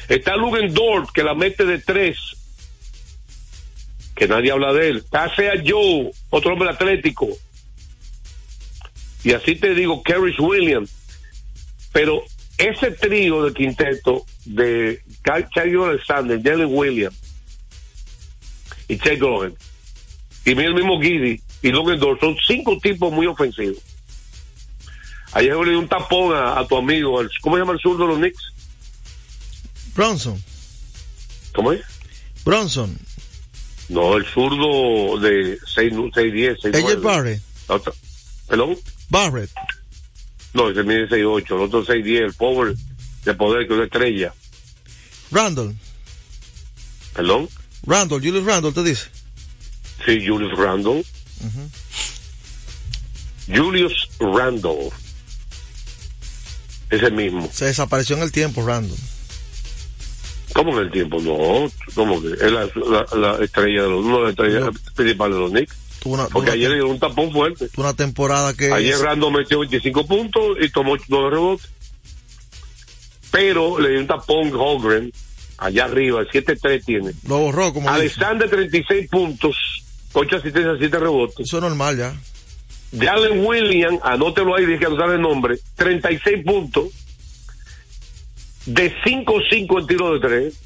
Está Lugendorf, que la mete de 3, que nadie habla de él. Está Sea Joe, otro hombre atlético. Y así te digo, Kerris Williams. Pero ese trío de quinteto de Shai Alexander, Jalen Williams y Chet Gogan, y el mismo Giddy y Lugendorf, son 5 tipos muy ofensivos. Ayer le di un tapón a tu amigo, ¿cómo se llama el zurdo de los Knicks? Bronson. ¿Cómo es? Bronson. No, el zurdo de 6'10", 6'9". AJ Barrett. ¿Perdón? Barrett. No, ese mide 6'8", el otro 6'10", el power de poder, que es una estrella. Randall. ¿Perdón? Julius Randall, ¿te dice? Sí, Julius Randall. Julius Randall. Ese mismo. Se desapareció en el tiempo, Randall. ¿Cómo en el tiempo? No, ¿cómo que? Es la estrella de los, una de las estrellas principales de los Knicks. Porque ayer le dio un tapón fuerte. Una temporada que... Ayer Randall metió 25 puntos y tomó 9 rebotes. Pero le dio un tapón Holmgren, allá arriba, el 7-3 tiene. Lo borró, como Alexander, 36 puntos, 8 asistencias, 7 rebotes. Eso es normal ya. Jalen Williams, anótelo ahí, dije que no sabe el nombre, 36 puntos, de 5-5 en tiro de 3.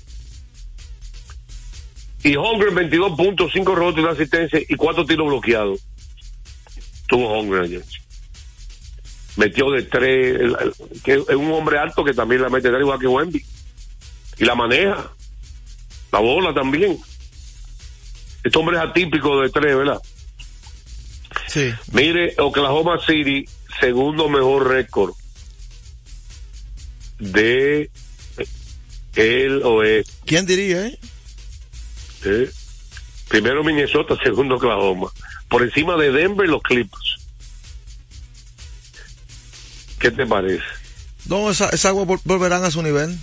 Y Holmgren, 22 puntos, 5 rebotes de asistencia y 4 tiros bloqueados. Tuvo Holmgren ayer. Metió de 3, que es un hombre alto que también la mete de 3, igual que Wemby. Y la maneja. La bola también. Este hombre es atípico de 3, ¿verdad? Sí. Mire, Oklahoma City, segundo mejor récord de el oeste. ¿Quién diría, Primero Minnesota, segundo Oklahoma. Por encima de Denver y los Clippers. ¿Qué te parece? No, esas aguas volverán a su nivel.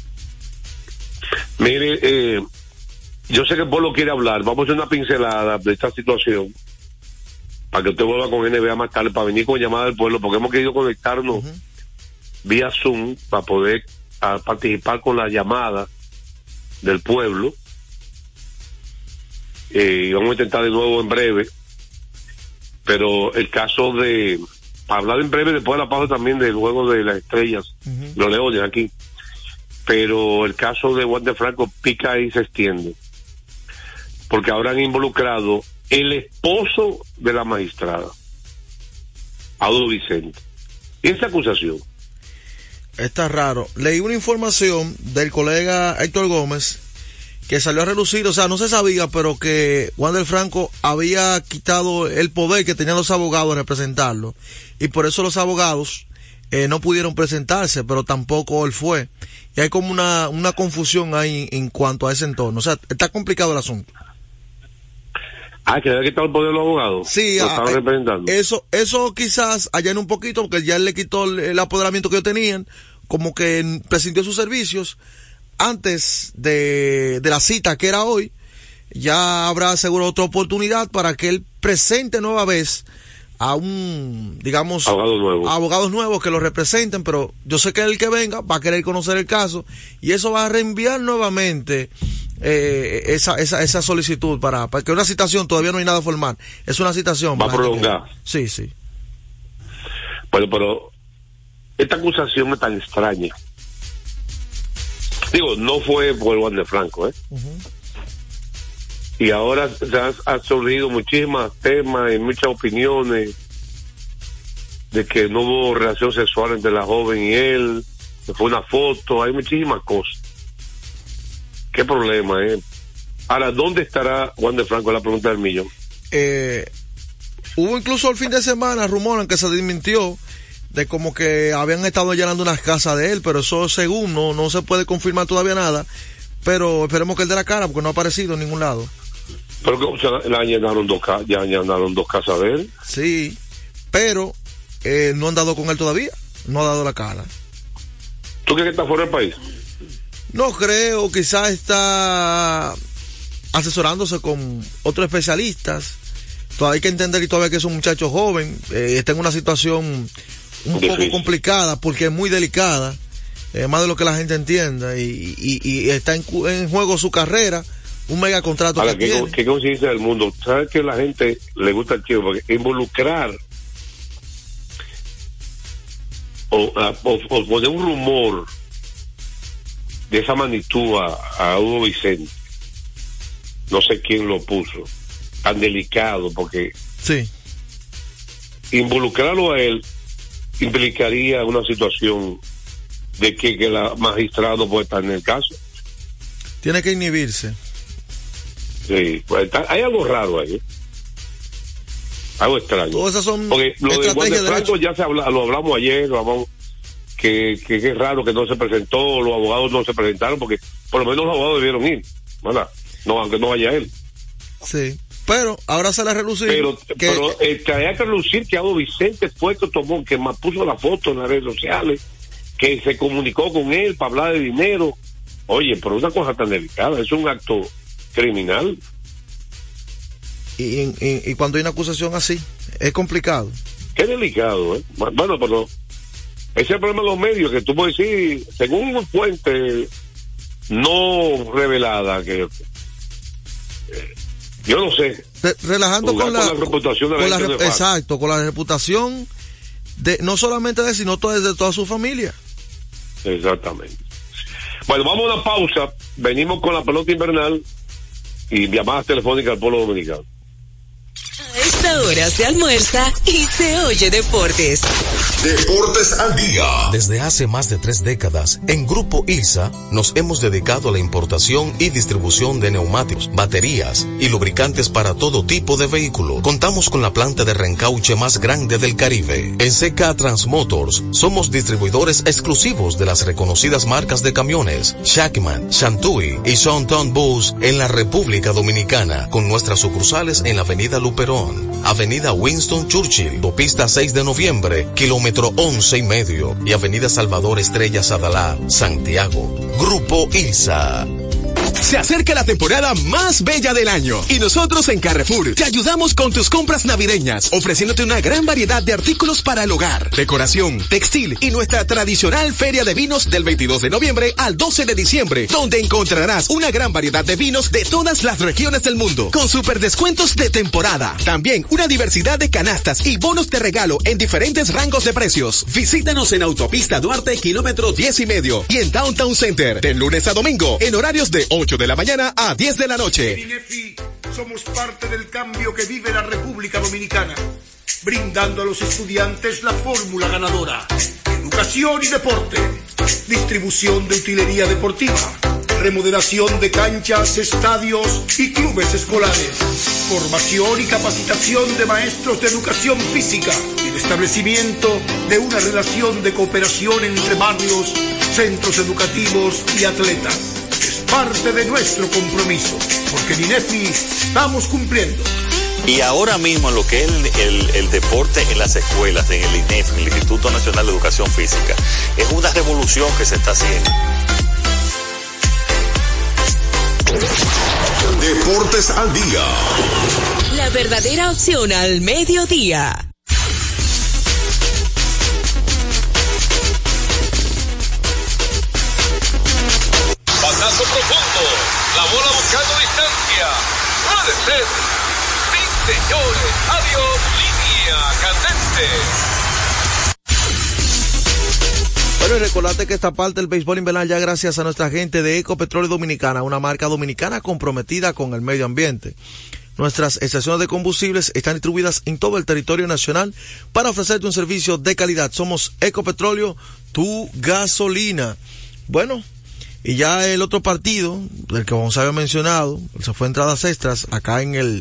Mire, yo sé que Polo quiere hablar. Vamos a hacer una pincelada de esta situación para que usted vuelva con NBA más tarde, para venir con llamada del pueblo, porque hemos querido conectarnos vía Zoom para poder participar con la llamada del pueblo. Y vamos a intentar de nuevo en breve, pero el caso de, para hablar en breve después de la pausa también del juego de las estrellas, los Leones aquí, pero el caso de Wander Franco pica y se extiende, porque ahora han involucrado el esposo de la magistrada, Audo Vicente. ¿Y esa acusación? Está raro. Leí una información del colega Héctor Gómez que salió a relucir, o sea, no se sabía, pero que Wander Franco había quitado el poder que tenían los abogados de representarlo, y por eso los abogados no pudieron presentarse, pero tampoco él fue. Y hay como una confusión ahí en cuanto a ese entorno. O sea, está complicado el asunto. Que le ha quitado el poder a los abogados. Sí, lo estaban representando. Eso quizás allana un poquito, porque ya él le quitó el apoderamiento que ellos tenían, como que prescindió sus servicios. Antes de la cita que era hoy, ya habrá seguro otra oportunidad para que él presente nueva vez a abogados nuevos que lo representen, pero yo sé que el que venga va a querer conocer el caso y eso va a reenviar nuevamente esa solicitud para que una citación, todavía no hay nada formal, es una citación. Va a prolongar. Sí. Bueno, pero esta acusación es tan extraña. Digo, no fue por Wander Franco, Y ahora ha surgido muchísimos temas y muchas opiniones de que no hubo relación sexual entre la joven y él, que fue una foto, hay muchísimas cosas. ¿Qué problema, Ahora, ¿dónde estará Wander Franco? Es la pregunta del millón. Hubo incluso el fin de semana rumores en que se desmintió de como que habían estado allanando unas casas de él, pero eso según no se puede confirmar todavía nada, pero esperemos que él dé la cara porque no ha aparecido en ningún lado. Pero que le allanaron ya allanaron 2 casas de él. Sí, pero no han dado con él todavía, no ha dado la cara. ¿Tú crees que está fuera del país? No creo, quizás está asesorándose con otros especialistas. Todavía hay que entender y todavía que es un muchacho joven, está en una situación un poco complicada porque es muy delicada. más de lo que la gente entienda, y está en juego su carrera, un mega contrato. Ahora, ¿qué coincidencia del mundo? ¿Sabes que la gente le gusta el chivo? Porque involucrar o poner un rumor de esa magnitud a Hugo Vicente, no sé quién lo puso, tan delicado, porque sí, involucrarlo a él implicaría una situación de que la magistrada no puede estar en el caso. Tiene que inhibirse. Sí, pues hay algo raro ahí, algo extraño. Todas esas son porque lo de Juan de Franco ya lo hablamos ayer, que es raro que no se presentó, los abogados no se presentaron, porque por lo menos los abogados debieron ir, ¿verdad? No, aunque no vaya él. Sí, pero ahora sale a relucir. Pero hay que relucir que Hugo Vicente fue que tomó, que más puso la foto en las redes sociales, que se comunicó con él para hablar de dinero. Oye, pero una cosa tan delicada, es un acto criminal. Y cuando hay una acusación así, es complicado. Qué delicado, ¿eh? Bueno, pero ese es el problema de los medios, que tú puedes decir, según una fuente no revelada, que yo no sé. Relajando con la reputación de la gente. Exacto, con la reputación de no solamente de él, sino de toda su familia. Exactamente. Bueno, vamos a una pausa. Venimos con la pelota invernal y llamadas telefónicas al pueblo dominicano. A esta hora se almuerza y se oye deportes. Deportes al día. Desde hace más de 3 décadas, en Grupo ILSA nos hemos dedicado a la importación y distribución de neumáticos, baterías y lubricantes para todo tipo de vehículo. Contamos con la planta de reencauche más grande del Caribe. En CK Transmotors somos distribuidores exclusivos de las reconocidas marcas de camiones Shackman, Shantui y Shonton Bus en la República Dominicana, con nuestras sucursales en la Avenida Luperón, Avenida Winston Churchill, Autopista 6 de Noviembre, kilómetro 11.5 y Avenida Salvador Estrellas Adalá, Santiago. Grupo ILSA. Se acerca la temporada más bella del año y nosotros en Carrefour te ayudamos con tus compras navideñas, ofreciéndote una gran variedad de artículos para el hogar, decoración, textil y nuestra tradicional feria de vinos del 22 de noviembre al 12 de diciembre, donde encontrarás una gran variedad de vinos de todas las regiones del mundo, con super descuentos de temporada. También una diversidad de canastas y bonos de regalo en diferentes rangos de precios. Visítanos en Autopista Duarte, kilómetro 10.5 y en Downtown Center, de lunes a domingo, en horarios de 8 de la mañana a 10 de la noche. En INEFI somos parte del cambio que vive la República Dominicana, brindando a los estudiantes la fórmula ganadora: educación y deporte, distribución de utilería deportiva, remodelación de canchas, estadios y clubes escolares, formación y capacitación de maestros de educación física y el establecimiento de una relación de cooperación entre barrios, centros educativos y atletas. Parte de nuestro compromiso, porque en INEFI estamos cumpliendo. Y ahora mismo lo que es el deporte en las escuelas, en el INEFI, el Instituto Nacional de Educación Física, es una revolución que se está haciendo. Deportes al día. La verdadera opción al mediodía. Batazo profundo, la bola buscando distancia, puede ser, sí señores, adiós, línea candente. Bueno, y recordate que esta parte del béisbol invernal ya gracias a nuestra gente de Ecopetróleo Dominicana, una marca dominicana comprometida con el medio ambiente. Nuestras estaciones de combustibles están distribuidas en todo el territorio nacional para ofrecerte un servicio de calidad. Somos Ecopetróleo, tu gasolina. Bueno, y ya el otro partido, del que Gonzalo había mencionado, se fue a entradas extras acá en el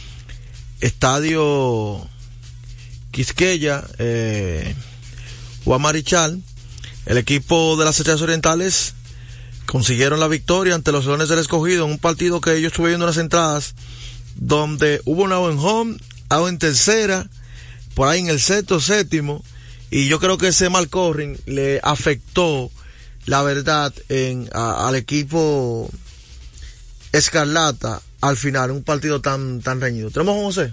estadio Quisqueya, Juan Marichal. El equipo de las Estrellas Orientales consiguieron la victoria ante los Leones del Escogido en un partido que yo estuve viendo en las entradas, donde hubo un out en home, out en tercera, por ahí en el sexto, séptimo, y yo creo que ese mal corring le afectó, la verdad, al equipo Escarlata al final, un partido tan reñido. ¿Tenemos a José?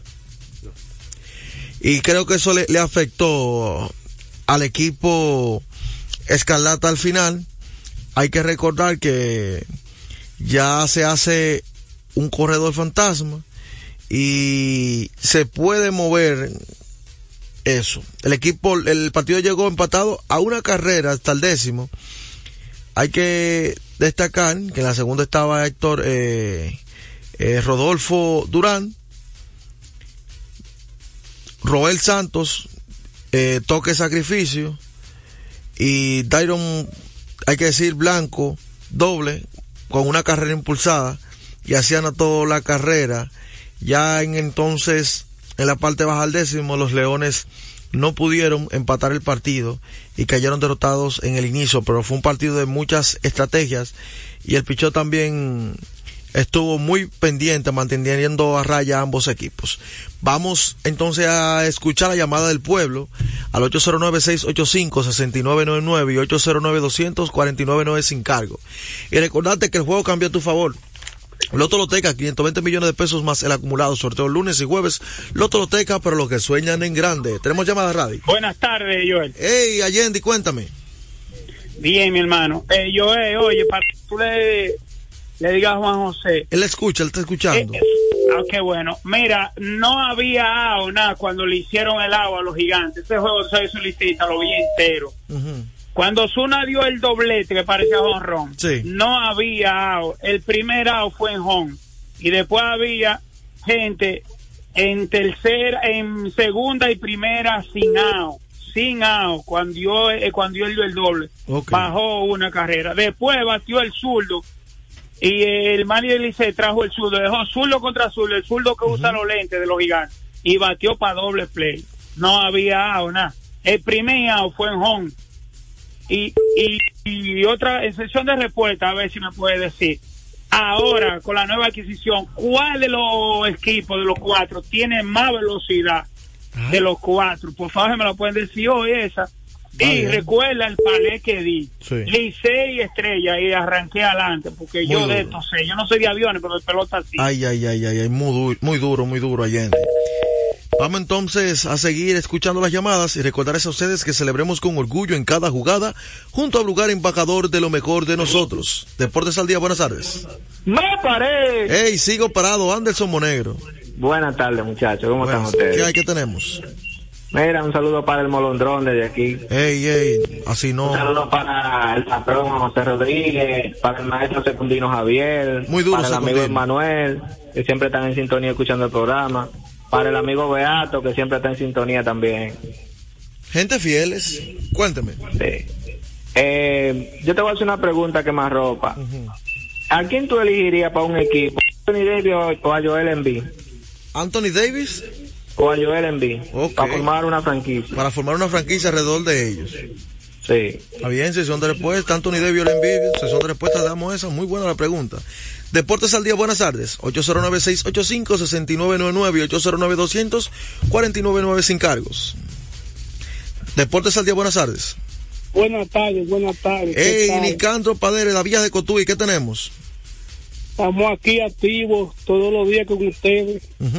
Y creo que eso le afectó al equipo escarlata al final. Hay que recordar que ya se hace un corredor fantasma y se puede mover eso. El partido llegó empatado a una carrera hasta el 10º. Hay que destacar que en la segunda estaba Héctor Rodolfo Durán, Roel Santos, toque sacrificio, y Dairon, hay que decir, Blanco, doble, con una carrera impulsada, y así anotó la carrera. Ya entonces, en la parte baja del 10º, los Leones no pudieron empatar el partido y cayeron derrotados en el inicio, pero fue un partido de muchas estrategias y el picheo también estuvo muy pendiente, manteniendo a raya ambos equipos. Vamos entonces a escuchar la llamada del pueblo al 809-685-6999 y 809-200-4999 sin cargo. Y recordarte que el juego cambió a tu favor. Loto Loteca, 520 millones de pesos más el acumulado, sorteo lunes y jueves. Loto Loteca, pero los que sueñan en grande. Tenemos llamada radio. Buenas tardes, Joel. Hey, Allende, cuéntame. Bien, mi hermano. Joel, oye, para que tú le digas a Juan José. Él escucha, él está escuchando. Qué bueno. Mira, no había nada cuando le hicieron el agua a los Gigantes. Ese juego soy solicita, lo vi entero. Cuando Osuna dio el doblete que parecía jonrón, sí, no había out. El primer out fue en home. Y después había gente en segunda y primera sin out. Cuando él dio el doble. Okay. Bajó una carrera. Después batió el zurdo. Y el manager Licey trajo el zurdo. Dejó zurdo contra zurdo. El zurdo que usa los lentes de los Gigantes. Y batió para doble play. No había out, nada. El primer out fue en home. Y otra excepción de respuesta, a ver si me puede decir, ahora con la nueva adquisición, ¿cuál de los equipos de los 4 tiene más velocidad de los 4? Por favor, me lo pueden decir hoy esa. Y recuerda el palé que di, sí, Licey y Estrella, y arranqué adelante, porque muy yo duro. De esto sé, yo no soy de aviones, pero de pelota sí. Ay, muy duro, Allende. Vamos entonces a seguir escuchando las llamadas y recordarles a ustedes que celebremos con orgullo en cada jugada junto al lugar embajador de lo mejor de nosotros. Deportes al Día, buenas tardes. ¡Me paré! Hey, sigo parado, Anderson Monegro. Buenas tardes, muchachos, ¿cómo están ustedes? ¿Qué hay que tenemos? Mira, un saludo para el Molondrón desde aquí. Hey, así no. Un saludo para el patrón José Rodríguez, para el maestro secundino Javier, muy duro, para el amigo Manuel, que siempre están en sintonía escuchando el programa. Para el amigo Beato, que siempre está en sintonía también. Gente fieles. Cuéntame. Sí. Yo te voy a hacer una pregunta que me arropa. ¿A quién tú elegirías para un equipo? ¿Anthony Davis o a Joel Embiid? ¿Anthony Davis? O a Joel Embiid. Okay. Para formar una franquicia. Para formar una franquicia alrededor de ellos. Sí. Está bien, sesión de respuesta. Anthony Davis o Joel Embiid. Sesión de respuesta, damos esa. Muy buena la pregunta. Deportes al Día, buenas tardes. 809-685-6999 y 809-200-4999 sin cargos. Deportes al Día, buenas tardes. Buenas tardes. Hey, Nicandro Padere, la Villa de Cotuí, ¿qué tenemos? Estamos aquí activos todos los días con ustedes.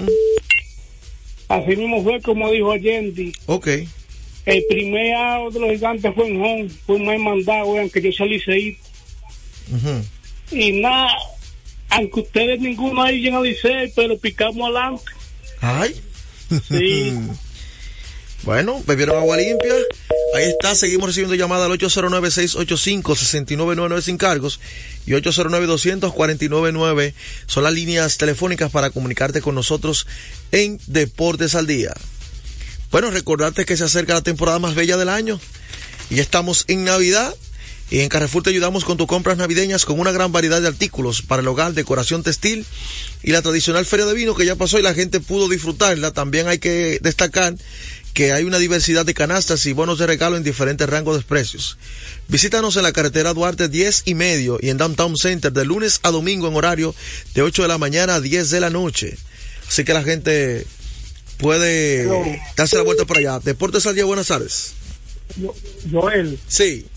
Así mismo fue como dijo Allende. Ok. El primer out de los Gigantes fue en home, fue un mal mandado, aunque yo salí seis. Y nada, aunque ustedes ninguno ahí llegan a Licey, pero picamos adelante. Ay. Sí. Bueno, bebieron agua limpia. Ahí está, seguimos recibiendo llamadas al 809-685-6999 sin cargos y 809-200-4999 son las líneas telefónicas para comunicarte con nosotros en Deportes al Día. Bueno, recordarte que se acerca la temporada más bella del año y ya estamos en Navidad. Y en Carrefour te ayudamos con tus compras navideñas con una gran variedad de artículos para el hogar, decoración textil y la tradicional feria de vino que ya pasó y la gente pudo disfrutarla. También hay que destacar que hay una diversidad de canastas y bonos de regalo en diferentes rangos de precios. Visítanos en la carretera Duarte 10:30 y en Downtown Center de lunes a domingo en horario de 8 de la mañana a 10 de la noche. Así que la gente puede darse la vuelta por allá. Deportes al Día, buenas tardes. Joel. Sí.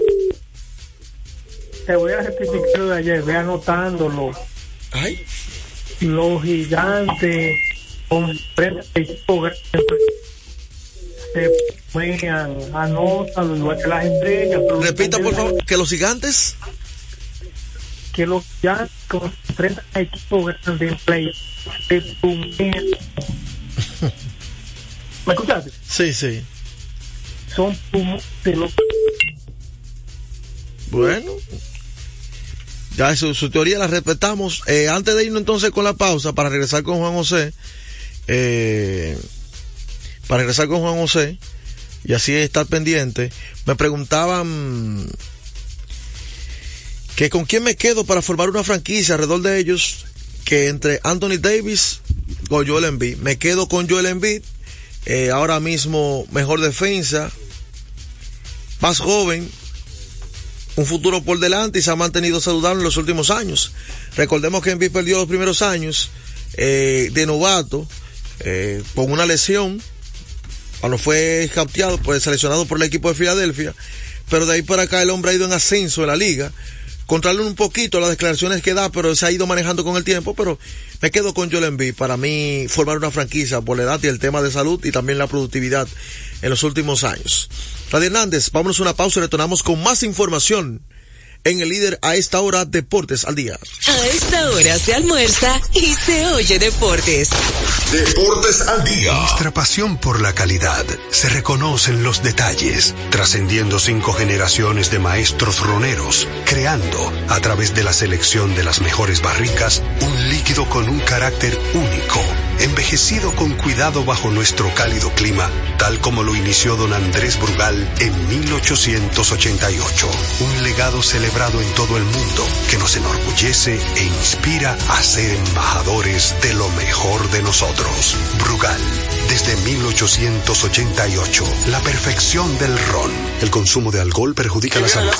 Te voy a rectificar lo de ayer, ve anotándolo. Ay. Los Gigantes con se anotan igual que las estrellas. Repita, por favor, que los gigantes... Que los gigantes con 30 equipos grandes en play. ¿Me escuchaste? Sí, sí. Son de los... Bueno, ya su teoría la respetamos. Antes de irnos entonces con la pausa, para regresar con Juan José, y así estar pendiente, me preguntaban que con quién me quedo para formar una franquicia alrededor de ellos, que entre Anthony Davis o Joel Embiid. Me quedo con Joel Embiid, ahora mismo mejor defensa, más joven, un futuro por delante y se ha mantenido saludable en los últimos años. Recordemos que Embiid perdió los primeros años de novato con una lesión cuando fue capteado, pues seleccionado por el equipo de Filadelfia, pero de ahí para acá el hombre ha ido en ascenso en la liga, contrarle un poquito las declaraciones que da, pero se ha ido manejando con el tiempo. Pero me quedo con Joel Embiid, para mí formar una franquicia por la edad y el tema de salud y también la productividad en los últimos años. Radio Hernández, vámonos a una pausa y retornamos con más información en el líder a esta hora, Deportes al Día. A esta hora se almuerza y se oye Deportes. Deportes al Día. Nuestra pasión por la calidad se reconoce en los detalles, trascendiendo 5 generaciones de maestros roneros, creando, a través de la selección de las mejores barricas, un líquido con un carácter único, envejecido con cuidado bajo nuestro cálido clima, tal como lo inició don Andrés Brugal en 1888. Un legado celebrado en todo el mundo que nos enorgullece e inspira a ser embajadores de lo mejor de nosotros. Brugal, desde 1888, la perfección del ron. El consumo de alcohol perjudica la salud.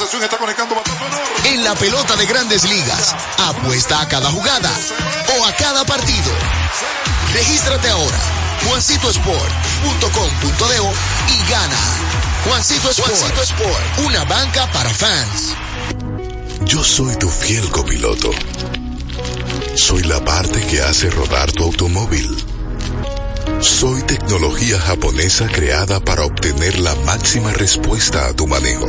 En la pelota de Grandes Ligas, apuesta a cada jugada o a cada partido. Regístrate ahora, juancitosport.com.do y gana. Juancito Sport, una banca para fans. Yo soy tu fiel copiloto. Soy la parte que hace rodar tu automóvil. Soy tecnología japonesa creada para obtener la máxima respuesta a tu manejo.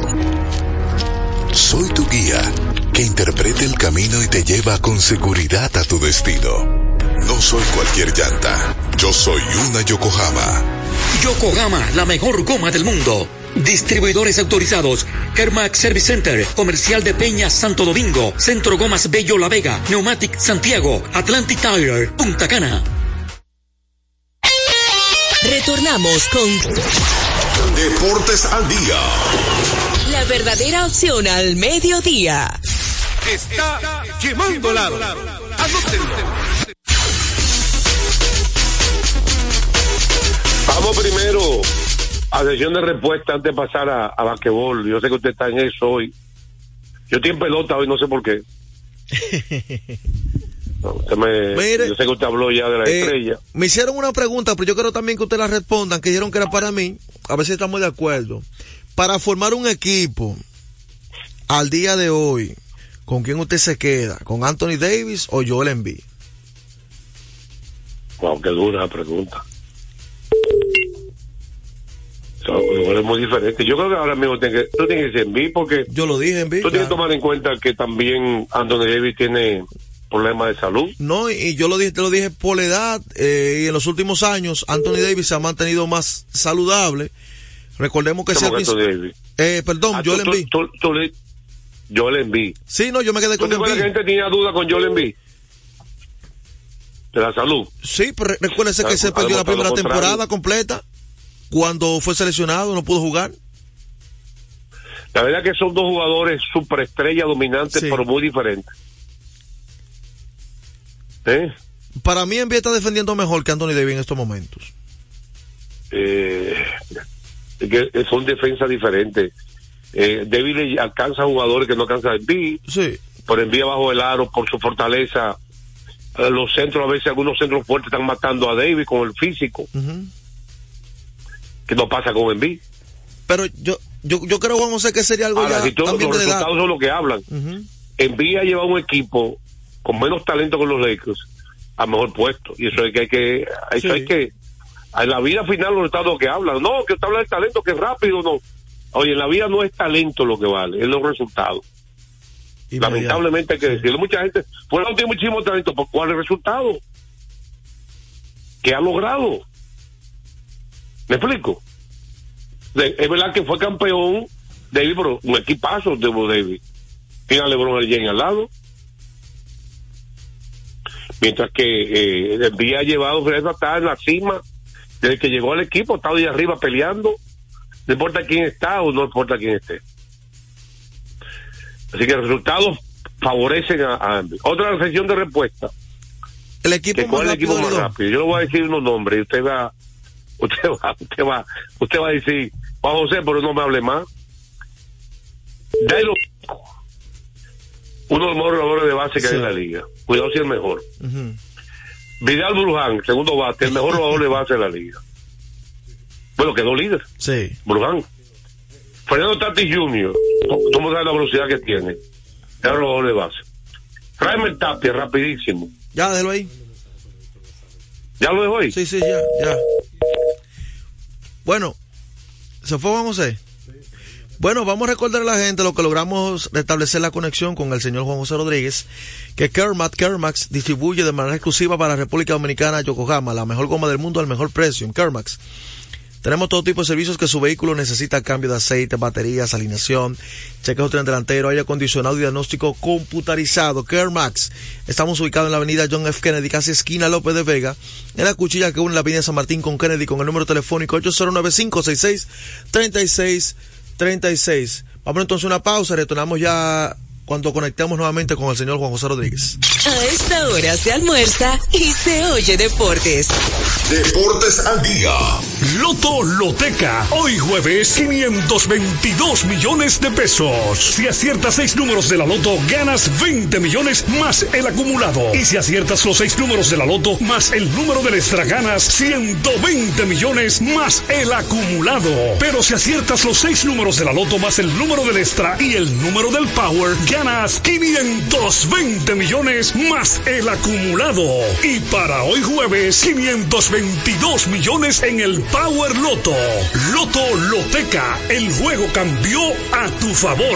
Soy tu guía que interpreta el camino y te lleva con seguridad a tu destino. No soy cualquier llanta. Yo soy una Yokohama. Yokohama, la mejor goma del mundo. Distribuidores autorizados: Kermax Service Center, Comercial de Peña Santo Domingo, Centro Gomas Bello La Vega, Pneumatic Santiago, Atlantic Tire, Punta Cana. Retornamos con Deportes al Día. La verdadera opción al mediodía. Está quemando lado. Vamos primero a sesión de respuesta antes de pasar a basquetbol. Yo sé que usted está en eso hoy. Yo estoy en pelota hoy, no sé por qué. No, Mire, yo sé que usted habló ya de la estrella. Me hicieron una pregunta, pero yo quiero también que usted la respondan, que dijeron que era para mí. A ver si estamos de acuerdo. Para formar un equipo al día de hoy, ¿con quién usted se queda? ¿Con Anthony Davis o Joel Embiid? Wow, qué dura la pregunta. Es muy diferente. Yo creo que ahora mismo tú tienes que ser Embiid, porque yo lo dije, Embiid. Tú tienes que tomar en cuenta que también Anthony Davis tiene problemas de salud. No, y yo te lo dije por la edad, y en los últimos años Anthony Davis se ha mantenido más saludable. Recordemos que Joel Embiid. Joel Embiid. Sí, no, yo me quedé con Embiid. La gente tenía duda con Joel Embiid de la salud. Sí, pero recuérdese que se perdió la primera temporada completa. Cuando fue seleccionado no pudo jugar. La verdad que son dos jugadores superestrellas dominantes, sí, pero muy diferentes. Para mí Embiid está defendiendo mejor que Anthony Davis en estos momentos. Que son defensas diferentes. Davis alcanza jugadores que no alcanza Embiid. Sí. Por Embiid bajo el aro, por su fortaleza. Los centros, a veces algunos centros fuertes están matando a Davis con el físico. Que no pasa con Embiid. Pero yo creo, Juan José, que sería algo ahora, ya si todos también los de edad. resultados son lo que hablan. Embiid ha llevado un equipo con menos talento con los Lakers a mejor puesto, y eso hay que En la vida final los resultados que hablan. No, que usted habla del talento, que es rápido, no. Oye, en la vida no es talento lo que vale, es los resultados. Lamentablemente hay que decirlo. Mucha gente, pues no tiene muchísimo talento, ¿por cuál es el resultado? ¿Qué ha logrado? ¿Me explico? Es verdad que fue campeón David, pero un equipazo de David. Tiene a LeBron James al lado. Mientras que el día ha llevado Fred está en la cima. Desde que llegó al equipo, ha estado ahí arriba peleando. No importa quién está o no importa quién esté. Así que los resultados favorecen a otra sesión de respuesta. El equipo más rápido. Yo le voy a decir unos nombres y usted va a decir, Juan José, pero no me hable más. Dairo, uno de los mejores jugadores de base que hay en la liga. Cuidado si es el mejor. Vidal Bruján, segundo bate, el mejor jugador de base de la liga. Bueno, quedó líder. Sí. Bruján. Fernando Tatis Jr., ¿cómo sabe la velocidad que tiene? Es el jugador de base. Raimel Tapia, rapidísimo. Ya, déjalo ahí. ¿Ya lo dejo ahí? Sí, ya. Bueno, ¿se fue Juan José? Bueno, vamos a recordar a la gente lo que logramos restablecer la conexión con el señor Juan José Rodríguez, que Kermax distribuye de manera exclusiva para la República Dominicana Yokohama, la mejor goma del mundo al mejor precio en Kermax. Tenemos todo tipo de servicios que su vehículo necesita: cambio de aceite, baterías, alineación, chequeo tren delantero, aire acondicionado y diagnóstico computarizado. Kermax. Estamos ubicados en la avenida John F. Kennedy, casi esquina López de Vega, en la cuchilla que une la avenida San Martín con Kennedy, con el número telefónico 809-566-3636. Vamos entonces a una pausa, retornamos ya cuando conectemos nuevamente con el señor Juan José Rodríguez. A esta hora se almuerza y se oye deportes. Deportes al día. Loto Loteca. Hoy jueves, 522 millones de pesos. Si aciertas 6 números de la Loto, ganas 20 millones más el acumulado. Y si aciertas los 6 números de la Loto más el número del extra, ganas 120 millones más el acumulado. Pero si aciertas los 6 números de la Loto más el número del extra y el número del Power, ganas 520 millones más el acumulado. Y para hoy jueves, 522 millones en el Power Loto. Loto Loteca, el juego cambió a tu favor.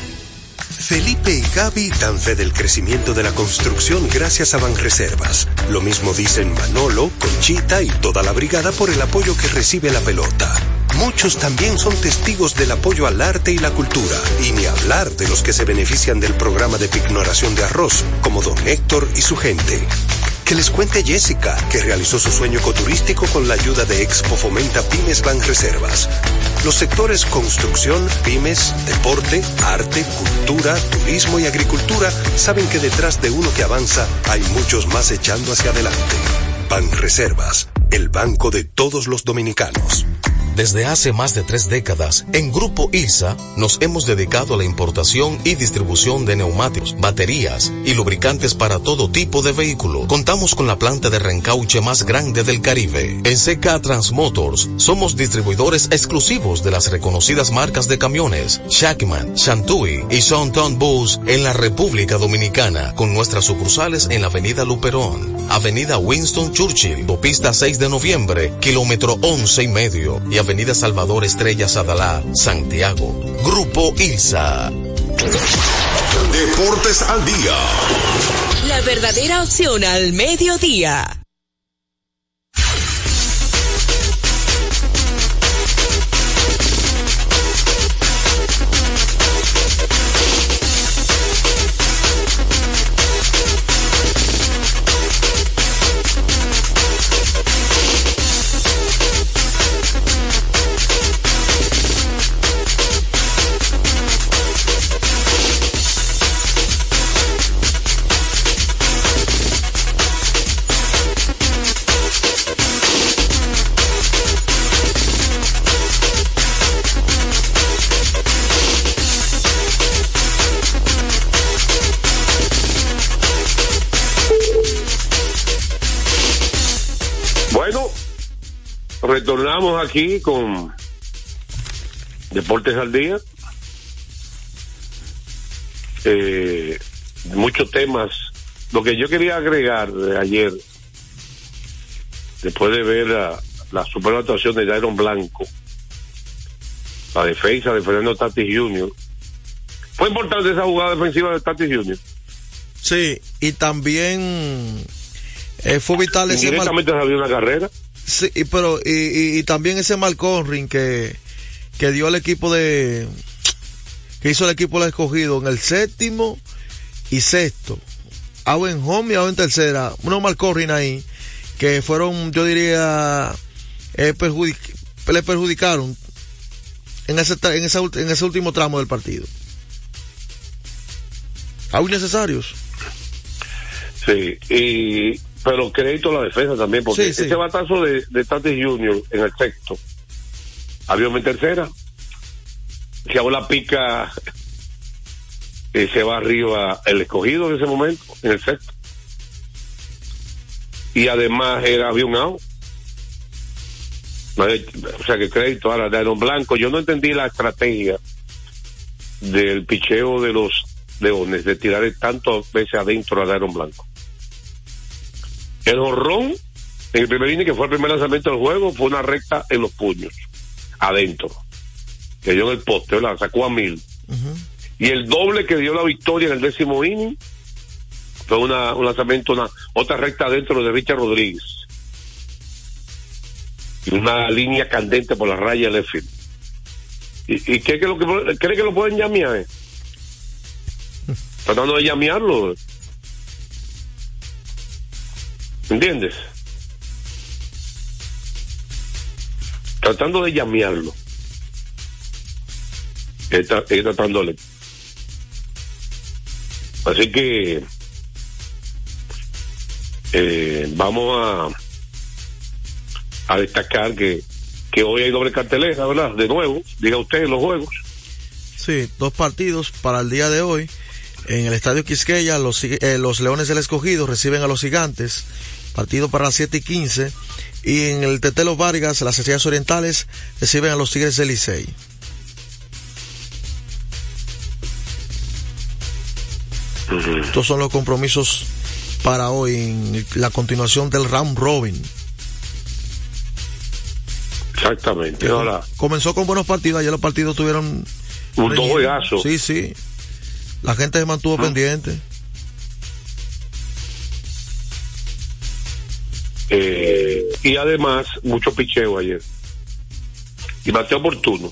Felipe y Gaby dan fe del crecimiento de la construcción gracias a Banreservas. Lo mismo dicen Manolo, Conchita y toda la brigada por el apoyo que recibe la pelota. Muchos también son testigos del apoyo al arte y la cultura, y ni hablar de los que se benefician del programa de pignoración de arroz, como don Héctor y su gente. Que les cuente Jessica, que realizó su sueño ecoturístico con la ayuda de Expo Fomenta Pymes Banreservas. Los sectores construcción, pymes, deporte, arte, cultura, turismo y agricultura saben que detrás de uno que avanza hay muchos más echando hacia adelante. Banreservas, el banco de todos los dominicanos. Desde hace más de 3 décadas, en Grupo ILSA nos hemos dedicado a la importación y distribución de neumáticos, baterías y lubricantes para todo tipo de vehículo. Contamos con la planta de reencauche más grande del Caribe. En CK Transmotors somos distribuidores exclusivos de las reconocidas marcas de camiones Shackman, Shantui y Sonton Bus en la República Dominicana, con nuestras sucursales en la Avenida Luperón, Avenida Winston Churchill, Autopista 6 de Noviembre, kilómetro 11.5 y Avenida Salvador Estrella Sadalá, Santiago. Grupo ILSA. Deportes al día. La verdadera opción al mediodía. Retornamos aquí con Deportes al Día. Muchos temas. Lo que yo quería agregar de ayer, después de ver la superba actuación de Dairon Blanco, la defensa de Fernando Tatis Jr. Fue importante esa jugada defensiva de Tatis Jr. Sí, y también fue vital ese indirectamente salió una carrera. Sí, pero y también ese Malcolm que dio el equipo que hizo el equipo del Escogido en el séptimo y sexto, out en home y out en tercera, unos Malcolm ahí que fueron, yo diría, le perjudicaron en ese último tramo del partido. Aún necesarios. Sí, pero crédito a la defensa también, porque sí. ese batazo de Tatis Jr. en el sexto, avión en tercera, si ahora pica, se va arriba el Escogido en ese momento, en el sexto. Y además había un out. O sea que crédito ahora de Dairon Blanco. Yo no entendí la estrategia del picheo de los Leones de tirar tantas veces adentro a Dairon Blanco. El jorrón en el primer inning, que fue el primer lanzamiento del juego, fue una recta en los puños, adentro, que dio en el poste, ¿verdad? Sacó a 1000. Y el doble que dio la victoria en el 10º inning fue un lanzamiento, otra recta adentro de Richard Rodríguez, y una línea candente por la raya de left field. ¿Y cree que lo pueden llamear? Tratando de llamearlo, ¿entiendes? Tratando de llamearlo, tratándole. Así que vamos a destacar que hoy hay doble cartelera, ¿verdad? De nuevo, diga usted los juegos. Sí, 2 partidos para el día de hoy. En el Estadio Quisqueya, los Leones del Escogido reciben a los Gigantes, partido para las 7:15. Y en el Tetelo Vargas, las Estrellas Orientales reciben a los Tigres del Licey. Estos son los compromisos para hoy en la continuación del round robin. Exactamente. Ahora, comenzó con buenos partidos, ayer los partidos tuvieron un juegazo. Sí. La gente se mantuvo pendiente. Y además, mucho picheo ayer. Y bateo oportuno.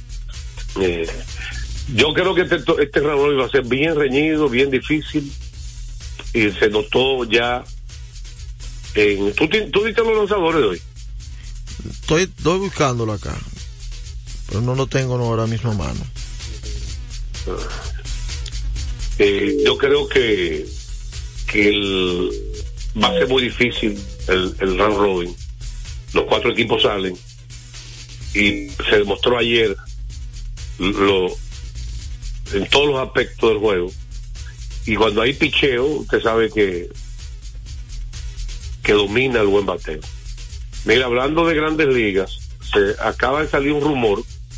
Yo creo que este round iba a ser bien reñido, bien difícil. Y se notó ya. ¿Tú diste los lanzadores de hoy? Estoy buscándolo acá, pero no lo tengo ahora mismo a mano. Yo creo que va a ser muy difícil el round robin. Los 4 equipos salen y se demostró ayer en todos los aspectos del juego. Y cuando hay picheo, usted sabe que domina el buen bateo. Mira, hablando de Grandes Ligas, se acaba de salir un rumor.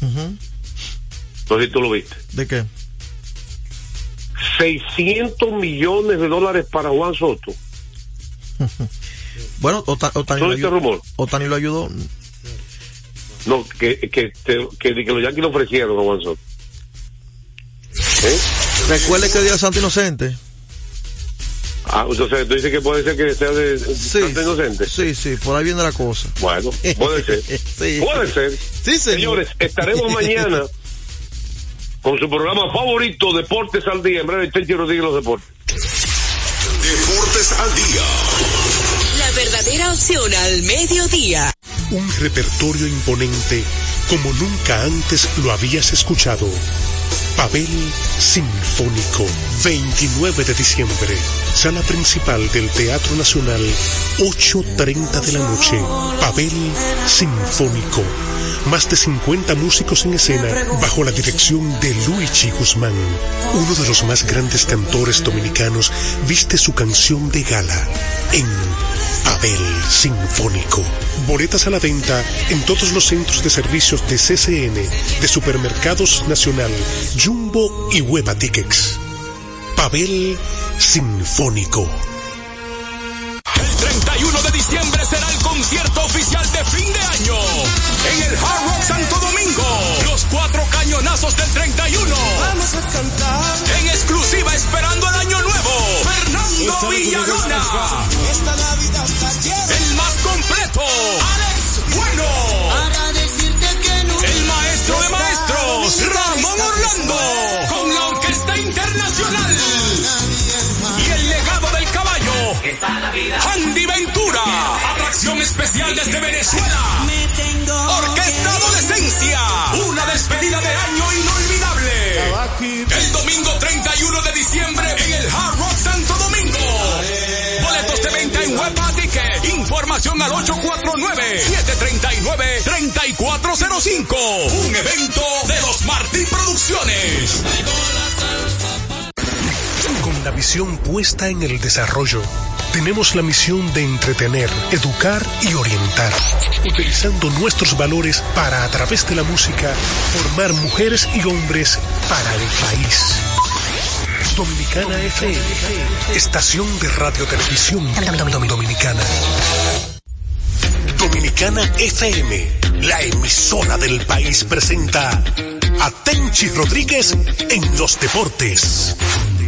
No sé si tú lo viste. ¿De qué? $600 millones para Juan Soto. Bueno, Otani lo ayudó. No, que los Yankees lo ofrecieron a Juan Soto. Recuerde que el día de Santo Inocente. Entonces tú dices que puede ser que sea de Santo Inocente. Sí, por ahí viene la cosa. Bueno, puede ser. Sí. Puede ser. Sí, señores, estaremos mañana con su programa favorito, Deportes al Día. En breve, Chenchi Rodríguez, los deportes. Deportes al Día. La verdadera opción al mediodía. Un repertorio imponente como nunca antes lo habías escuchado. Pavel Sinfónico, 29 de diciembre, sala principal del Teatro Nacional, 8:30 de la noche. Pavel Sinfónico, más de 50 músicos en escena, bajo la dirección de Luigi Guzmán. Uno de los más grandes cantores dominicanos viste su canción de gala en Pavel Sinfónico. Boletas a la venta en todos los centros de servicios de CCN, de Supermercados Nacional, Jumbo y Hueva Tickets. Pavel Sinfónico. El 31 de diciembre diciembre será el concierto oficial de fin de año en el Hard Rock Santo Domingo. Los 4 cañonazos del 31. Vamos a cantar. En exclusiva esperando el año nuevo. Fernando Villalona. Esta Navidad está llena. El más completo. Alex Bueno. Para decirte que no. El maestro de maestros. Ramón Orlando. Con la Orquesta Internacional. Y el legado del caballo. Andy Ventura. Atracción especial desde Venezuela. Orquesta Adolescencia. Una despedida de año inolvidable. El domingo 31 de diciembre en el Hard Rock Santo Domingo. Boletos de venta en Huepa Ticket. Información al 849-739-3405. Un evento de los Martí Producciones. Con la visión puesta en el desarrollo, tenemos la misión de entretener, educar y orientar, utilizando nuestros valores para, a través de la música, formar mujeres y hombres para el país. Dominicana FM, estación de radio televisión dominicana. Dominicana FM, la emisora del país, presenta a Tenchi Rodríguez en los deportes.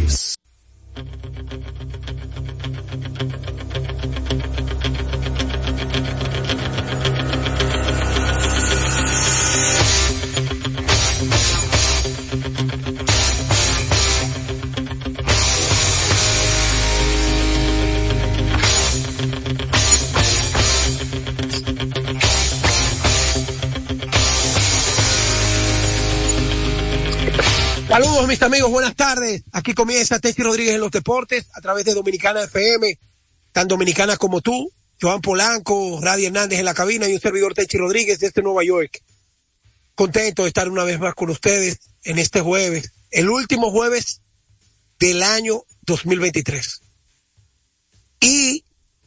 Saludos mis amigos, buenas tardes. Aquí comienza Tenchi Rodríguez en los deportes a través de Dominicana FM, tan dominicana como tú, Joan Polanco, Radi Hernández en la cabina y un servidor Tenchi Rodríguez desde Nueva York. Contento de estar una vez más con ustedes en este jueves, el último jueves del año 2023. Y,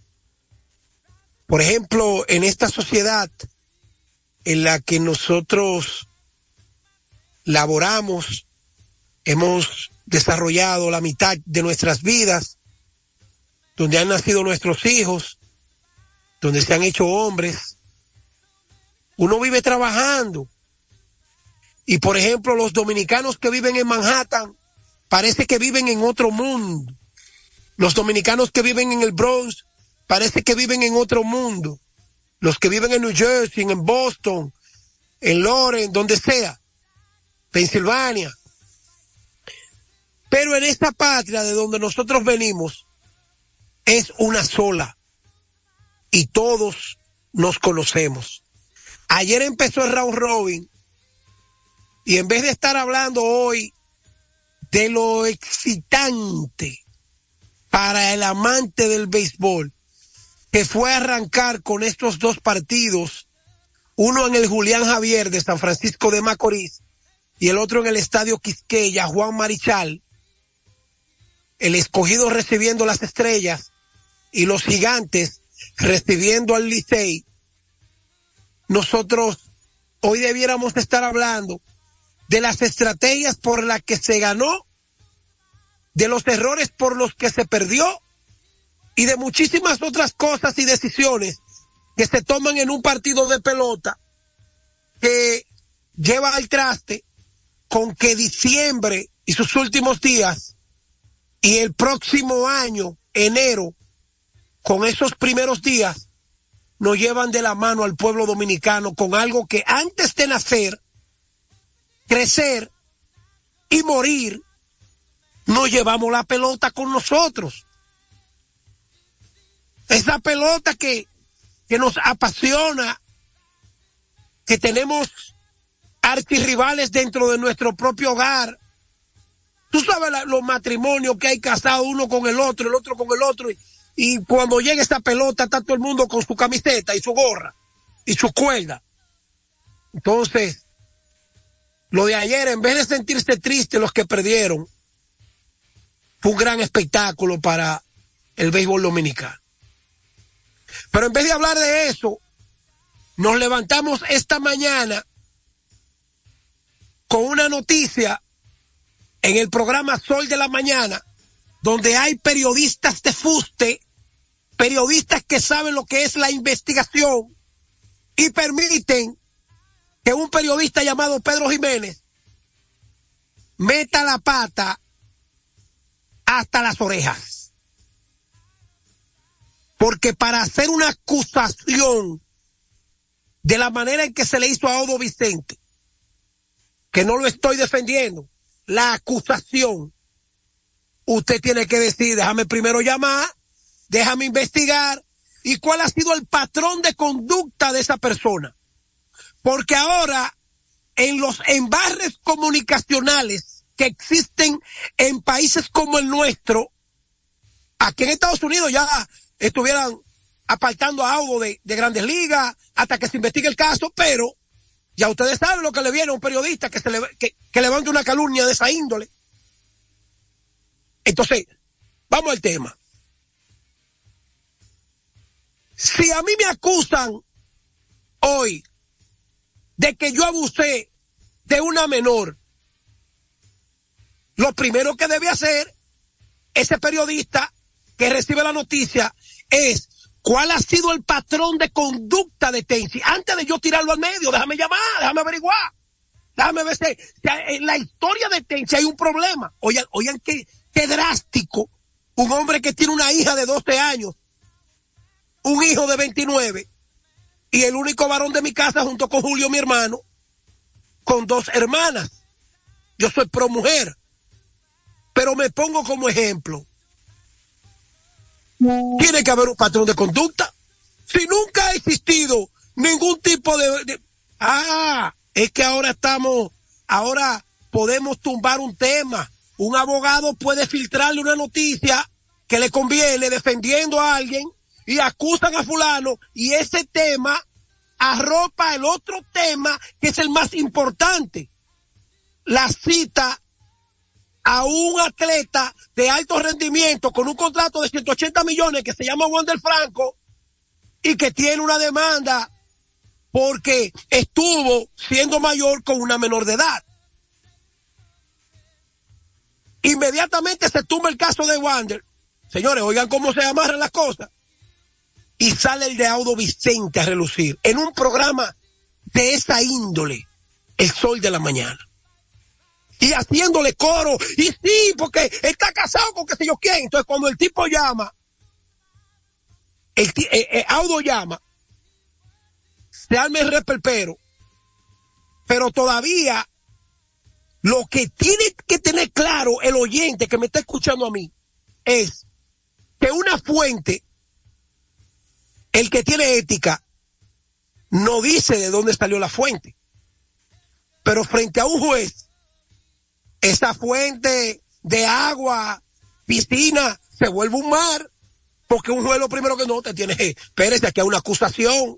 por ejemplo, en esta sociedad en la que nosotros laboramos, hemos desarrollado la mitad de nuestras vidas, donde han nacido nuestros hijos, donde se han hecho hombres. Uno vive trabajando. Y por ejemplo, los dominicanos que viven en Manhattan, parece que viven en otro mundo. Los dominicanos que viven en el Bronx, parece que viven en otro mundo. Los que viven en New Jersey, en Boston, en Lawrence, donde sea, Pensilvania. Pero en esta patria de donde nosotros venimos es una sola y todos nos conocemos. Ayer empezó el round robin y en vez de estar hablando hoy de lo excitante para el amante del béisbol que fue a arrancar con estos dos partidos, uno en el Julián Javier de San Francisco de Macorís y el otro en el Estadio Quisqueya, Juan Marichal, el Escogido recibiendo las Estrellas y los Gigantes recibiendo al Licey, nosotros hoy debiéramos estar hablando de las estrategias por las que se ganó, de los errores por los que se perdió y de muchísimas otras cosas y decisiones que se toman en un partido de pelota que lleva al traste con que diciembre y sus últimos días y el próximo año, enero, con esos primeros días, nos llevan de la mano al pueblo dominicano con algo que antes de nacer, crecer y morir, nos llevamos la pelota con nosotros. Esa pelota que nos apasiona, que tenemos archirrivales dentro de nuestro propio hogar. Tú sabes los matrimonios que hay casados uno con el otro con el otro, y cuando llega esa pelota está todo el mundo con su camiseta y su gorra y su cuerda. Entonces, lo de ayer, en vez de sentirse tristes los que perdieron, fue un gran espectáculo para el béisbol dominicano. Pero en vez de hablar de eso, nos levantamos esta mañana con una noticia en el programa Sol de la Mañana, donde hay periodistas de fuste, periodistas que saben lo que es la investigación y permiten que un periodista llamado Pedro Jiménez meta la pata hasta las orejas. Porque para hacer una acusación de la manera en que se le hizo a Audo Vicente, que no lo estoy defendiendo, la acusación, usted tiene que decir, déjame primero llamar, déjame investigar, y cuál ha sido el patrón de conducta de esa persona. Porque ahora, en los embarres comunicacionales que existen en países como el nuestro, aquí en Estados Unidos ya estuvieran apartando a Audo de Grandes Ligas hasta que se investigue el caso, pero ya ustedes saben lo que le viene a un periodista que levante una calumnia de esa índole. Entonces, vamos al tema. Si a mí me acusan hoy de que yo abusé de una menor, lo primero que debe hacer ese periodista que recibe la noticia es cuál ha sido el patrón de conducta de Tenchi. Antes de yo tirarlo al medio, déjame llamar, déjame averiguar, déjame ver si en la historia de Tenchi hay un problema. Oigan qué drástico. Un hombre que tiene una hija de 12 años, un hijo de 29, y el único varón de mi casa junto con Julio, mi hermano, con 2 hermanas. Yo soy pro mujer, pero me pongo como ejemplo. Tiene que haber un patrón de conducta. Si nunca ha existido ningún tipo es que ahora podemos tumbar un tema. Un abogado puede filtrarle una noticia que le conviene defendiendo a alguien y acusan a fulano, y ese tema arropa el otro tema que es el más importante. La cita a un atleta de alto rendimiento con un contrato de 180 millones que se llama Wander Franco y que tiene una demanda porque estuvo siendo mayor con una menor de edad. Inmediatamente se tumba el caso de Wander. Señores, oigan cómo se amarran las cosas. Y sale el de Audo Vicente a relucir en un programa de esa índole, El Sol de la Mañana. Y haciéndole coro, y sí, porque está casado con qué sé yo quién. Entonces cuando el tipo llama, Audo llama, se arma el repelpero, pero todavía lo que tiene que tener claro el oyente que me está escuchando a mí es que una fuente, el que tiene ética, no dice de dónde salió la fuente. Pero frente a un juez, esa fuente de agua, piscina, se vuelve un mar, porque un juez lo primero que no te tiene, espérese, aquí hay una acusación.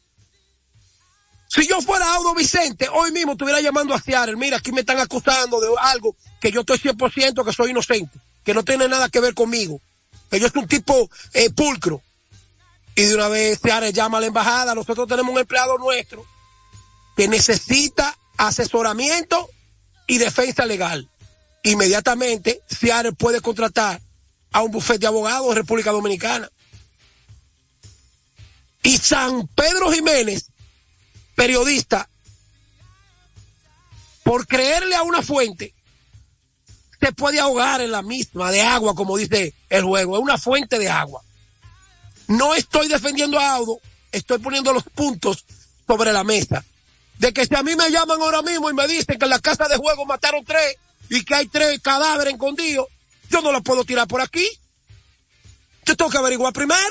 Si yo fuera Audo Vicente, hoy mismo estuviera llamando a Seattle, mira, aquí me están acusando de algo que yo estoy 100% que soy inocente, que no tiene nada que ver conmigo, que yo soy un tipo pulcro. Y de una vez Seattle llama a la embajada, nosotros tenemos un empleado nuestro que necesita asesoramiento y defensa legal. Inmediatamente Seattle puede contratar a un bufete de abogados de República Dominicana. Y San Pedro Jiménez, periodista, por creerle a una fuente, se puede ahogar en la misma de agua, como dice el juego, es una fuente de agua. No estoy defendiendo a Audo, estoy poniendo los puntos sobre la mesa. De que si a mí me llaman ahora mismo y me dicen que en la casa de juego mataron 3 y que hay 3 cadáveres escondidos, yo no los puedo tirar por aquí. Yo tengo que averiguar primero.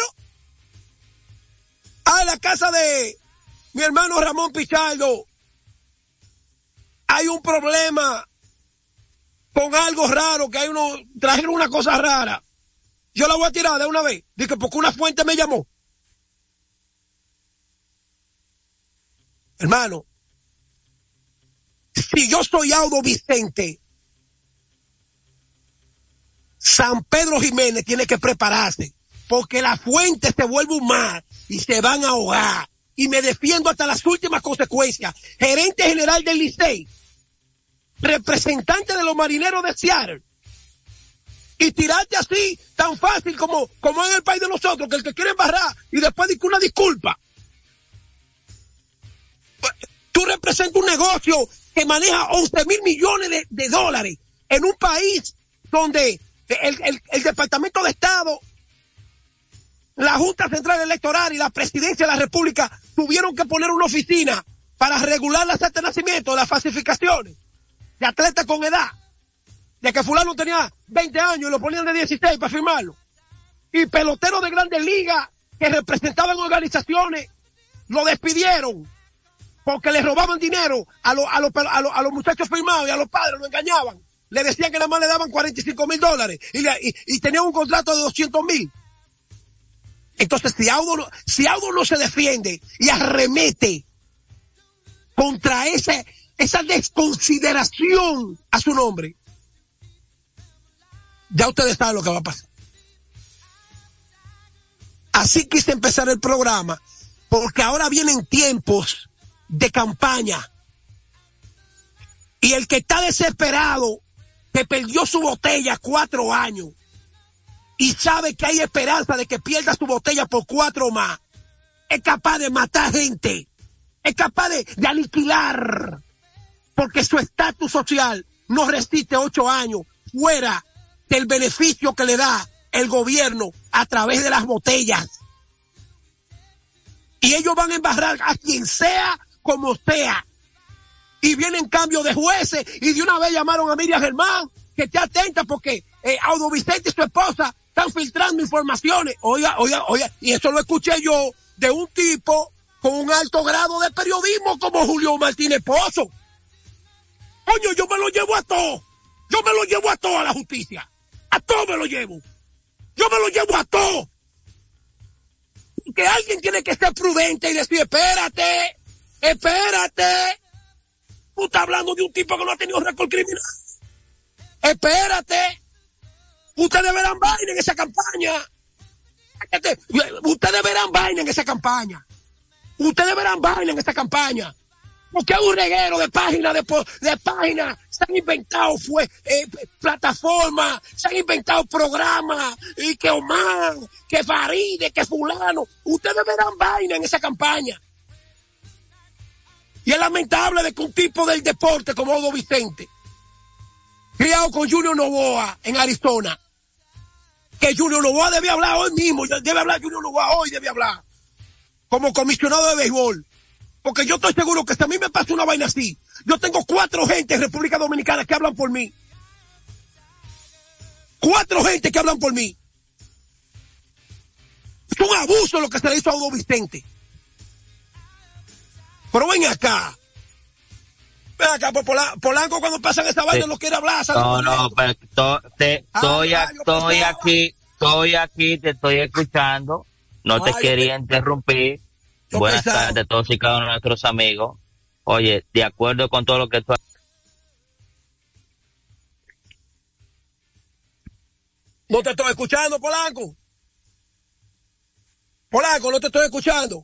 En la casa de mi hermano Ramón Pichardo hay un problema con algo raro, que trajeron una cosa rara. Yo la voy a tirar de una vez. Dice, porque una fuente me llamó. Hermano, si yo soy Audo Vicente, San Pedro Jiménez tiene que prepararse, porque la fuente se vuelve un mar y se van a ahogar. Y me defiendo hasta las últimas consecuencias. Gerente general del Licey, representante de los Marineros de Seattle, y tirarte así tan fácil como en el país de nosotros, que el que quiere embarrar y después dice una disculpa. Tú representas un negocio que maneja 11,000 millones de dólares en un país donde el Departamento de Estado, la Junta Central Electoral y la Presidencia de la República tuvieron que poner una oficina para regular las actas de nacimiento, las falsificaciones de atletas con edad, de que fulano tenía 20 años y lo ponían de 16 para firmarlo. Y peloteros de grandes ligas que representaban organizaciones lo despidieron porque les robaban dinero a los muchachos firmados y a los padres lo engañaban. Le decían que nada más le daban $45,000 y tenían un contrato de 200,000. Entonces, si Audo no se defiende y arremete contra esa desconsideración a su nombre, ya ustedes saben lo que va a pasar. Así quise empezar el programa, porque ahora vienen tiempos de campaña. Y el que está desesperado, que perdió su botella 4 años, y sabe que hay esperanza de que pierda su botella por 4 más, es capaz de matar gente, es capaz de aniquilar, porque su estatus social no resiste 8 años fuera del beneficio que le da el gobierno a través de las botellas. Y ellos van a embarrar a quien sea como sea. Y vienen cambios de jueces, y de una vez llamaron a Miriam Germán, que esté atenta porque Audo Vicente y su esposa están filtrando informaciones. Oiga, y eso lo escuché yo de un tipo con un alto grado de periodismo como Julio Martínez Pozo. Coño, yo me lo llevo a todo. Yo me lo llevo a todo a la justicia. A todo me lo llevo. Yo me lo llevo a todo. Que alguien tiene que ser prudente y decir, espérate. Tú estás hablando de un tipo que no ha tenido récord criminal. Espérate. Ustedes verán vaina en esa campaña. Ustedes verán vaina en esa campaña. Porque hay un reguero de páginas, de páginas. Se han inventado plataformas, se han inventado programas, y que Omar, que Faride, que fulano. Ustedes verán vaina en esa campaña. Y es lamentable de que un tipo del deporte como Audo Vicente, criado con Junior Novoa en Arizona, que Junior Novoa debe hablar hoy mismo, debe hablar como comisionado de béisbol, porque yo estoy seguro que si a mí me pasa una vaina así, yo tengo 4 gente en República Dominicana que hablan por mí. 4 gente que hablan por mí. Es un abuso lo que se le hizo a Audo Vicente. Pero ven acá, pues Polanco cuando pasan esa vaina no quiere hablar. No, pero estoy aquí, te estoy escuchando, no te quería interrumpir. Buenas tardes a todos y cada uno de nuestros amigos. Oye, de acuerdo con todo lo que tú has... No te estoy escuchando, Polanco, no te estoy escuchando.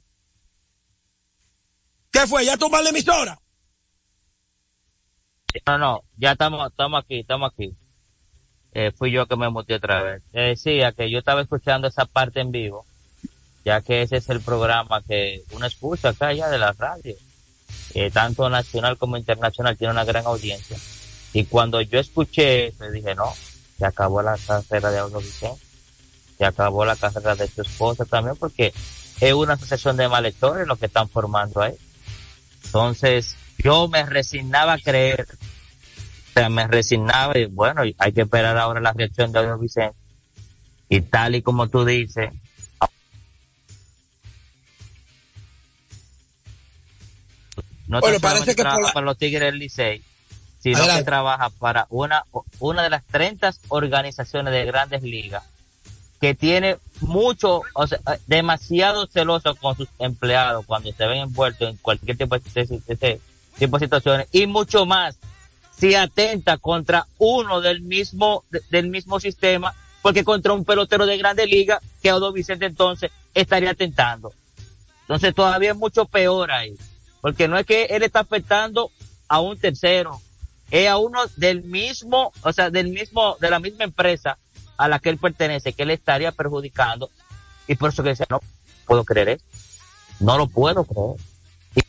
¿Qué fue? ¿Ya tomó la emisora? No, ya estamos aquí. Fui yo que me muteé otra vez. Te decía que yo estaba escuchando esa parte en vivo, ya que ese es el programa que uno escucha acá ya de la radio. Tanto nacional como internacional, tiene una gran audiencia. Y cuando yo escuché eso, dije, no, se acabó la carrera de Audo Vicente, se acabó la carrera de su esposa también, porque es una asociación de malhechores lo que están formando ahí. Entonces, yo me resignaba a creer, y bueno, hay que esperar ahora la reacción de Audo Vicente. Y tal y como tú dices, no te parece que trabaja para los Tigres del Licey, sino que trabaja para una de las 30 organizaciones de Grandes Ligas, que tiene demasiado celoso con sus empleados cuando se ven envueltos en cualquier tipo de situaciones, y mucho más si atenta contra uno del mismo sistema, porque contra un pelotero de Grandes Ligas, que Audo Vicente entonces estaría atentando. Entonces todavía es mucho peor ahí, porque no es que él está afectando a un tercero, es a uno de la misma empresa a la que él pertenece, que él estaría perjudicando, y por eso que decía, no puedo creer eso, no lo puedo creer. Y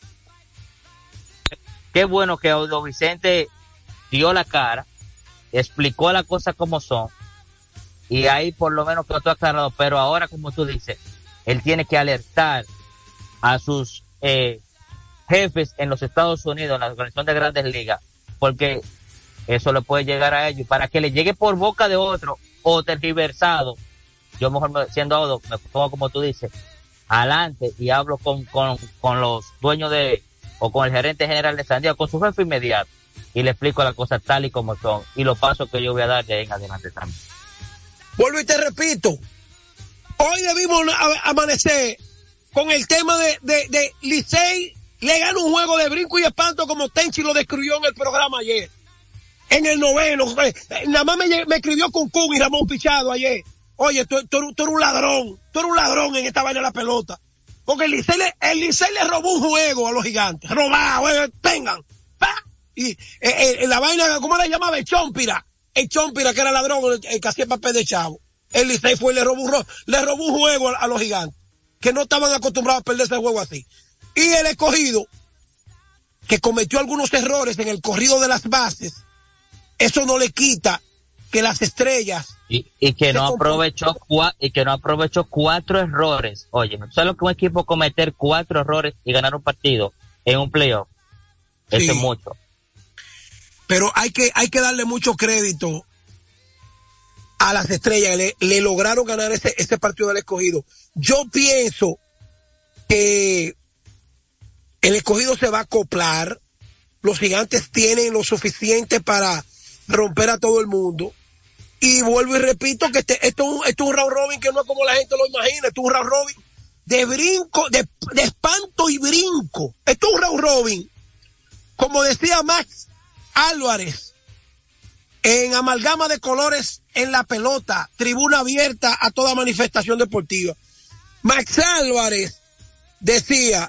qué bueno que Don Vicente dio la cara, explicó las cosas como son, y ahí por lo menos quedó todo aclarado, pero ahora, como tú dices, él tiene que alertar a sus jefes en los Estados Unidos, en la Organización de Grandes Ligas, porque eso le puede llegar a ellos, para que le llegue por boca de otro o tergiversado. Yo mejor, siendo Odo, me pongo como tú dices, adelante y hablo con los dueños o con el gerente general de San Diego, con su jefe inmediato, y le explico las cosas tal y como son, y los pasos que yo voy a dar de ahí en adelante también. Vuelvo y te repito, hoy debimos amanecer con el tema de Licey le gana un juego de brinco y espanto como Tenchi lo describió en el programa ayer. En el noveno, nada más me escribió Kun y Ramón Pichado ayer. Oye, tú eres un ladrón en esta vaina de la pelota. Porque el Licey le robó un juego a los Gigantes. Robado, tengan. ¡Pah! Y la vaina, ¿cómo le llamaba? El Chompira, que era ladrón, el que hacía papel de chavo. El Licey fue y le robó un juego a los Gigantes, que no estaban acostumbrados a perder ese juego así. Y el Escogido, que cometió algunos errores en el corrido de las bases, eso no le quita que las Estrellas y que no aprovechó 4 errores. Oye, ¿no sabes lo que un equipo cometer 4 errores y ganar un partido en un playoff? Eso sí, es mucho. Pero hay que darle mucho crédito a las Estrellas. Le lograron ganar ese partido del Escogido. Yo pienso que el Escogido se va a acoplar. Los Gigantes tienen lo suficiente para romper a todo el mundo. Y vuelvo y repito que esto es un round robin que no es como la gente lo imagina. Esto es un round robin de brinco, de espanto y brinco. Esto es un round robin, como decía Max Álvarez, en Amalgama de Colores en la Pelota, tribuna abierta a toda manifestación deportiva. Max Álvarez decía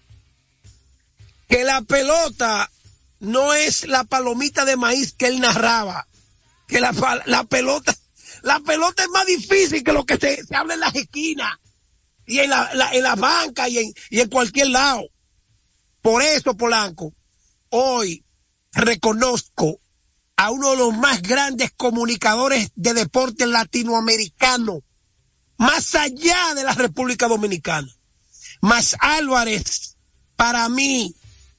que la pelota no es la palomita de maíz que él narraba, que la pelota es más difícil que lo que se habla en las esquinas y en la banca y en cualquier lado. Por eso, Polanco, hoy reconozco a uno de los más grandes comunicadores de deporte latinoamericano, más allá de la República Dominicana. Max Álvarez, para mí,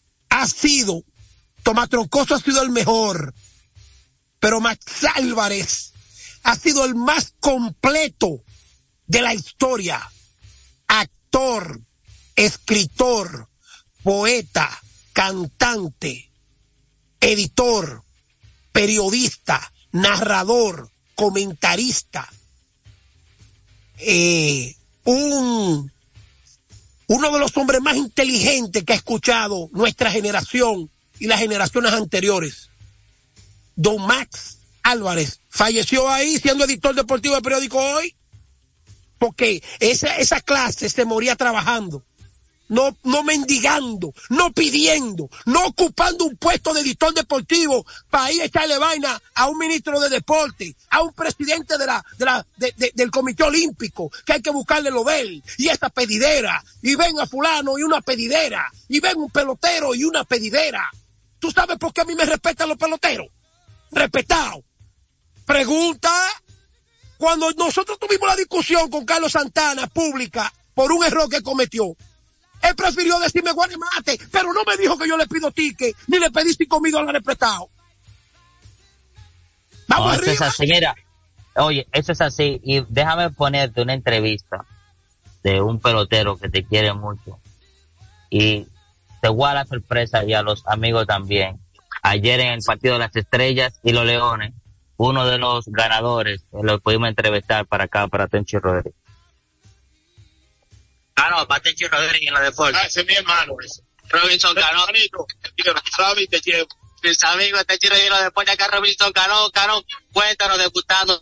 Tomás Troncoso ha sido el mejor, pero Max Álvarez ha sido el más completo de la historia. Actor, escritor, poeta, cantante, editor, periodista, narrador, comentarista, uno de los hombres más inteligentes que ha escuchado nuestra generación y las generaciones anteriores. Don Max Álvarez falleció ahí siendo editor deportivo del periódico Hoy, porque esa clase se moría trabajando, no mendigando, no pidiendo, no ocupando un puesto de editor deportivo para ir a echarle vaina a un ministro de deporte, a un presidente del Comité Olímpico, que hay que buscarle lo de él, y esa pedidera, y ven a fulano y una pedidera, y ven un pelotero y una pedidera. ¿Tú sabes por qué a mí me respetan los peloteros? Respetado. Pregunta, cuando nosotros tuvimos la discusión con Carlos Santana pública por un error que cometió, él prefirió decirme guarimate, pero no me dijo que yo le pido ticket, ni le pedí $5,000 prestados. Vamos arriba. Eso es así, mira. Oye, eso es así. Y déjame ponerte una entrevista de un pelotero que te quiere mucho. Y te voy a la sorpresa y a los amigos también. Ayer en el partido de las Estrellas y los Leones, uno de los ganadores, lo pudimos entrevistar para acá, para Tenchi Rodríguez. No, para Tenchi Rodríguez en la deporte. Ese es mi hermano. Robinson Cano. Robin, te llevo. Mis amigos, Tenchi Rodríguez en la deporte, acá Robinson Cano. Cuéntanos, debutando.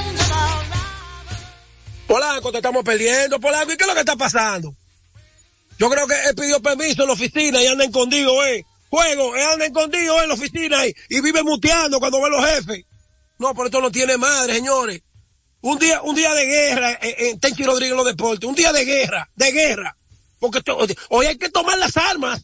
Polanco, te estamos perdiendo, Polanco. ¿Y qué es lo que está pasando? Yo creo que él pidió permiso en la oficina y anda escondido, Juego, él anda escondido en la oficina y vive muteando cuando ve los jefes. No, pero esto no tiene madre, señores. Un día de guerra en Tenchi Rodríguez en los deportes. Un día de guerra. Porque hoy hay que tomar las armas.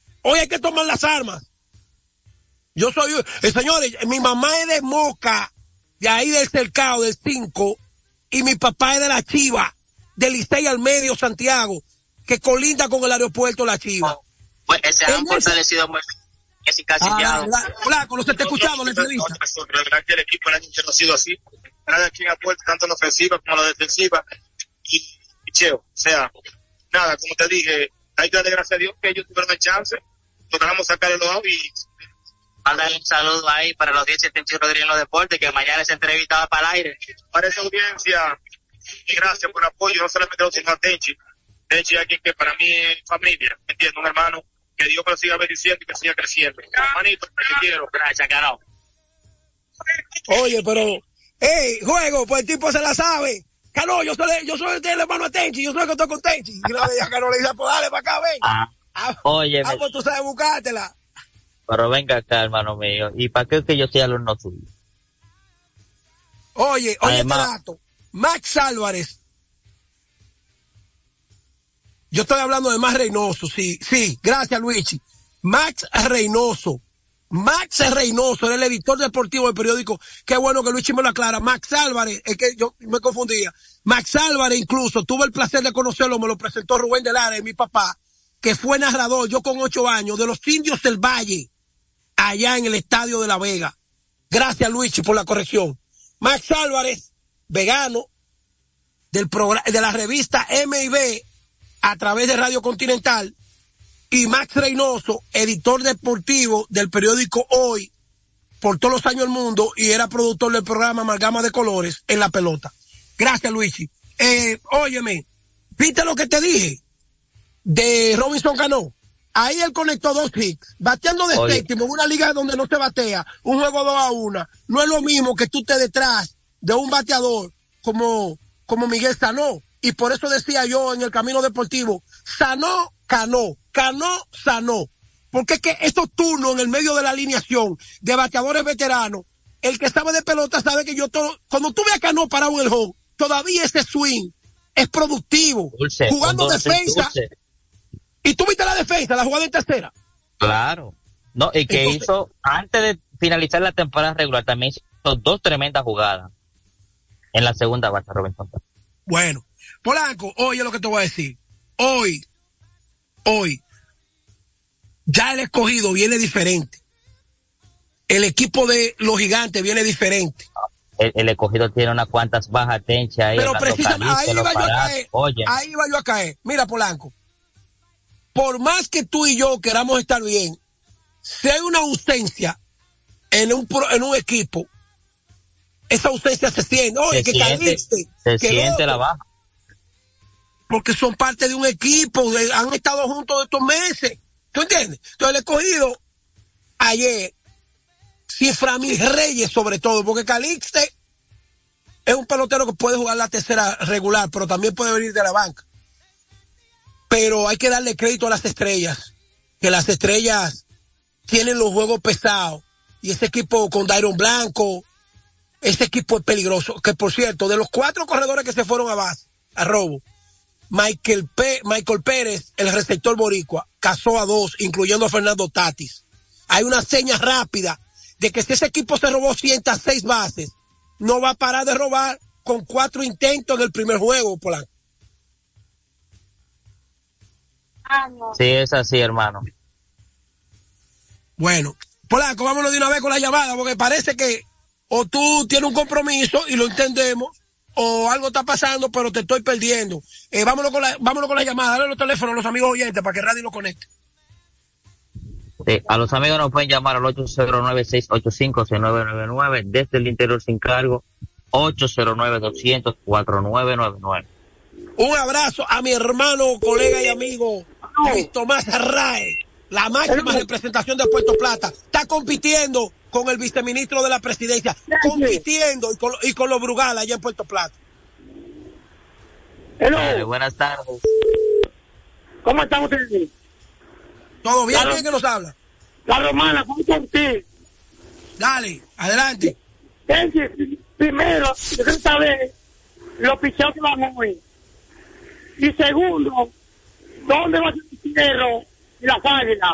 Yo soy, señores, mi mamá es de Moca, de ahí del Cercado, del 5, y mi papá es de la Chiva, del Licey al Medio, Santiago, que colinda con el aeropuerto La Chiva. Pues ese han fortalecido muy casi ya. Claro, no se está escuchando la entrevista. La verdad que el equipo el año no ha sido así. Cada quien aporta tanto en la ofensiva como en la defensiva. Y cheo, o sea, nada, como te dije, hay que darle gracias a Dios que ellos tuvieron el chance. Logramos sacarle los autos y mandarle un saludo ahí para la audiencia de Tenchi Rodríguez en los deportes, que mañana esa entrevista va para el aire. Para esa audiencia, y gracias por el apoyo, no solamente a Tenchi. Tenchi es alguien que para mí es familia, ¿me entiendes? Un hermano que Dios me lo siga bendiciendo y que siga creciendo. Hermanito, te quiero. Gracias, Caro. Oye, pero, Juego, pues el tipo se la sabe. Caro, yo soy el hermano de Tenchi, yo soy el que estoy con Tenchi. Y la de Caro le dice, pues dale para acá, ven. Oye, pues tú sabes buscártela. Pero venga acá, hermano mío. ¿Y para qué es que yo soy alumno suyo? Oye, además, este dato. Max Álvarez. Yo estoy hablando de Max Reynoso, sí, gracias Luigi. Max Reynoso era el editor deportivo del periódico. Qué bueno que Luigi me lo aclara. Max Álvarez, es que yo me confundía. Max Álvarez incluso, tuve el placer de conocerlo, me lo presentó Rubén de Lara, mi papá, que fue narrador, yo con 8 años, de los Indios del Valle, allá en el Estadio de La Vega. Gracias Luigi por la corrección. Max Álvarez, vegano, de la revista M&B, a través de Radio Continental, y Max Reynoso, editor deportivo del periódico Hoy, por todos los años del mundo, y era productor del programa Amalgama de Colores en La Pelota. Gracias, Luigi. Óyeme, ¿viste lo que te dije de Robinson Cano? Ahí él conectó 2 hits, bateando de séptimo en una liga donde no se batea, un juego 2-1. No es lo mismo que tú estés detrás de un bateador como Miguel Sanó. Y por eso decía yo en el Camino Deportivo, Sanó, Cano, Sanó. Porque es que estos turnos en el medio de la alineación de bateadores veteranos, el que sabe de pelota sabe que cuando tú ves a Cano parado en el home, todavía ese swing es productivo. Jugando defensa. ¿Y tú viste la defensa, la jugada en tercera? Claro. No, y que hizo, antes de finalizar la temporada regular, también hizo 2 tremendas jugadas en la segunda base, Robinson. Bueno, Polanco, oye lo que te voy a decir. Hoy, ya el escogido viene diferente. El equipo de los Gigantes viene diferente. El escogido tiene unas cuantas bajas, Tenchi ahí. Pero precisamente, ahí iba yo a caer. Mira, Polanco, por más que tú y yo queramos estar bien, si hay una ausencia en un equipo, esa ausencia se siente. Oye, se siente la baja. Porque son parte de un equipo, han estado juntos estos meses. ¿Tú entiendes? Entonces el escogido ayer, Ciframil Reyes sobre todo, porque Calixte es un pelotero que puede jugar la tercera regular, pero también puede venir de la banca. Pero hay que darle crédito a las estrellas, que las estrellas tienen los juegos pesados, y ese equipo con Dairon Blanco, ese equipo es peligroso, que por cierto, de los 4 corredores que se fueron a base, a robo, Michael Pérez, el receptor boricua, cazó a 2, incluyendo a Fernando Tatis. Hay una seña rápida de que si ese equipo se robó 106 bases, no va a parar de robar con 4 intentos en el primer juego, Polanco. Sí, es así, hermano. Bueno, Polanco, vámonos de una vez con la llamada, porque parece que o tú tienes un compromiso y lo entendemos, o algo está pasando, pero te estoy perdiendo. Vámonos con la llamada, dale los teléfonos a los amigos oyentes para que Radio lo conecte. Sí, a los amigos nos pueden llamar al 809-685-6999, desde el interior sin cargo, 809-200-4999. Un abrazo a mi hermano, colega y amigo, Tomás Arrae, la máxima representación de Puerto Plata. Está compitiendo con el viceministro de la presidencia, compitiendo y con los Brugal allá en Puerto Plata. Buenas tardes. ¿Cómo están ustedes? ¿Todo bien? ¿Quién que nos habla? La Romana, ¿cómo está usted? Dale, adelante. Primero, yo quiero saber los picheos que van hoy. Y segundo, ¿dónde va a ser el dinero y las águilas?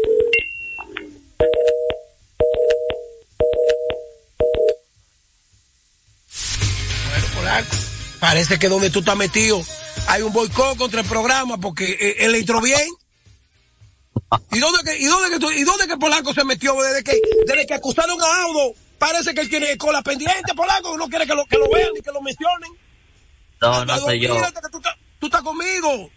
Bueno, Polanco, parece que donde tú estás metido hay un boicot contra el programa porque él le entró bien. ¿Y dónde que Polanco se metió? Desde que acusaron a Audo, parece que él tiene cola pendiente, Polanco, no quiere que lo vean ni que lo mencionen. No soy yo. Tú estás conmigo.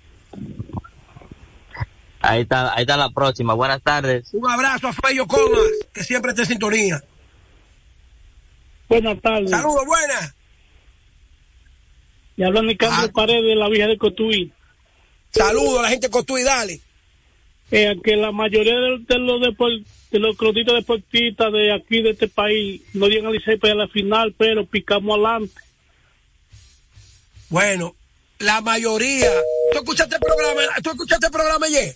Ahí está la próxima. Buenas tardes. Un abrazo a Feyo Comas, que siempre está en sintonía. Buenas tardes. Saludos, buenas. Y hablan de Carlos Paredes de la Villa de Cotuí. Saludos a la gente de Cotuí, dale. Que la mayoría de los cronistas deportistas de aquí, de este país, no llegan al Licey para la final, pero picamos adelante. Bueno, la mayoría. ¿Tú escuchaste el programa ayer?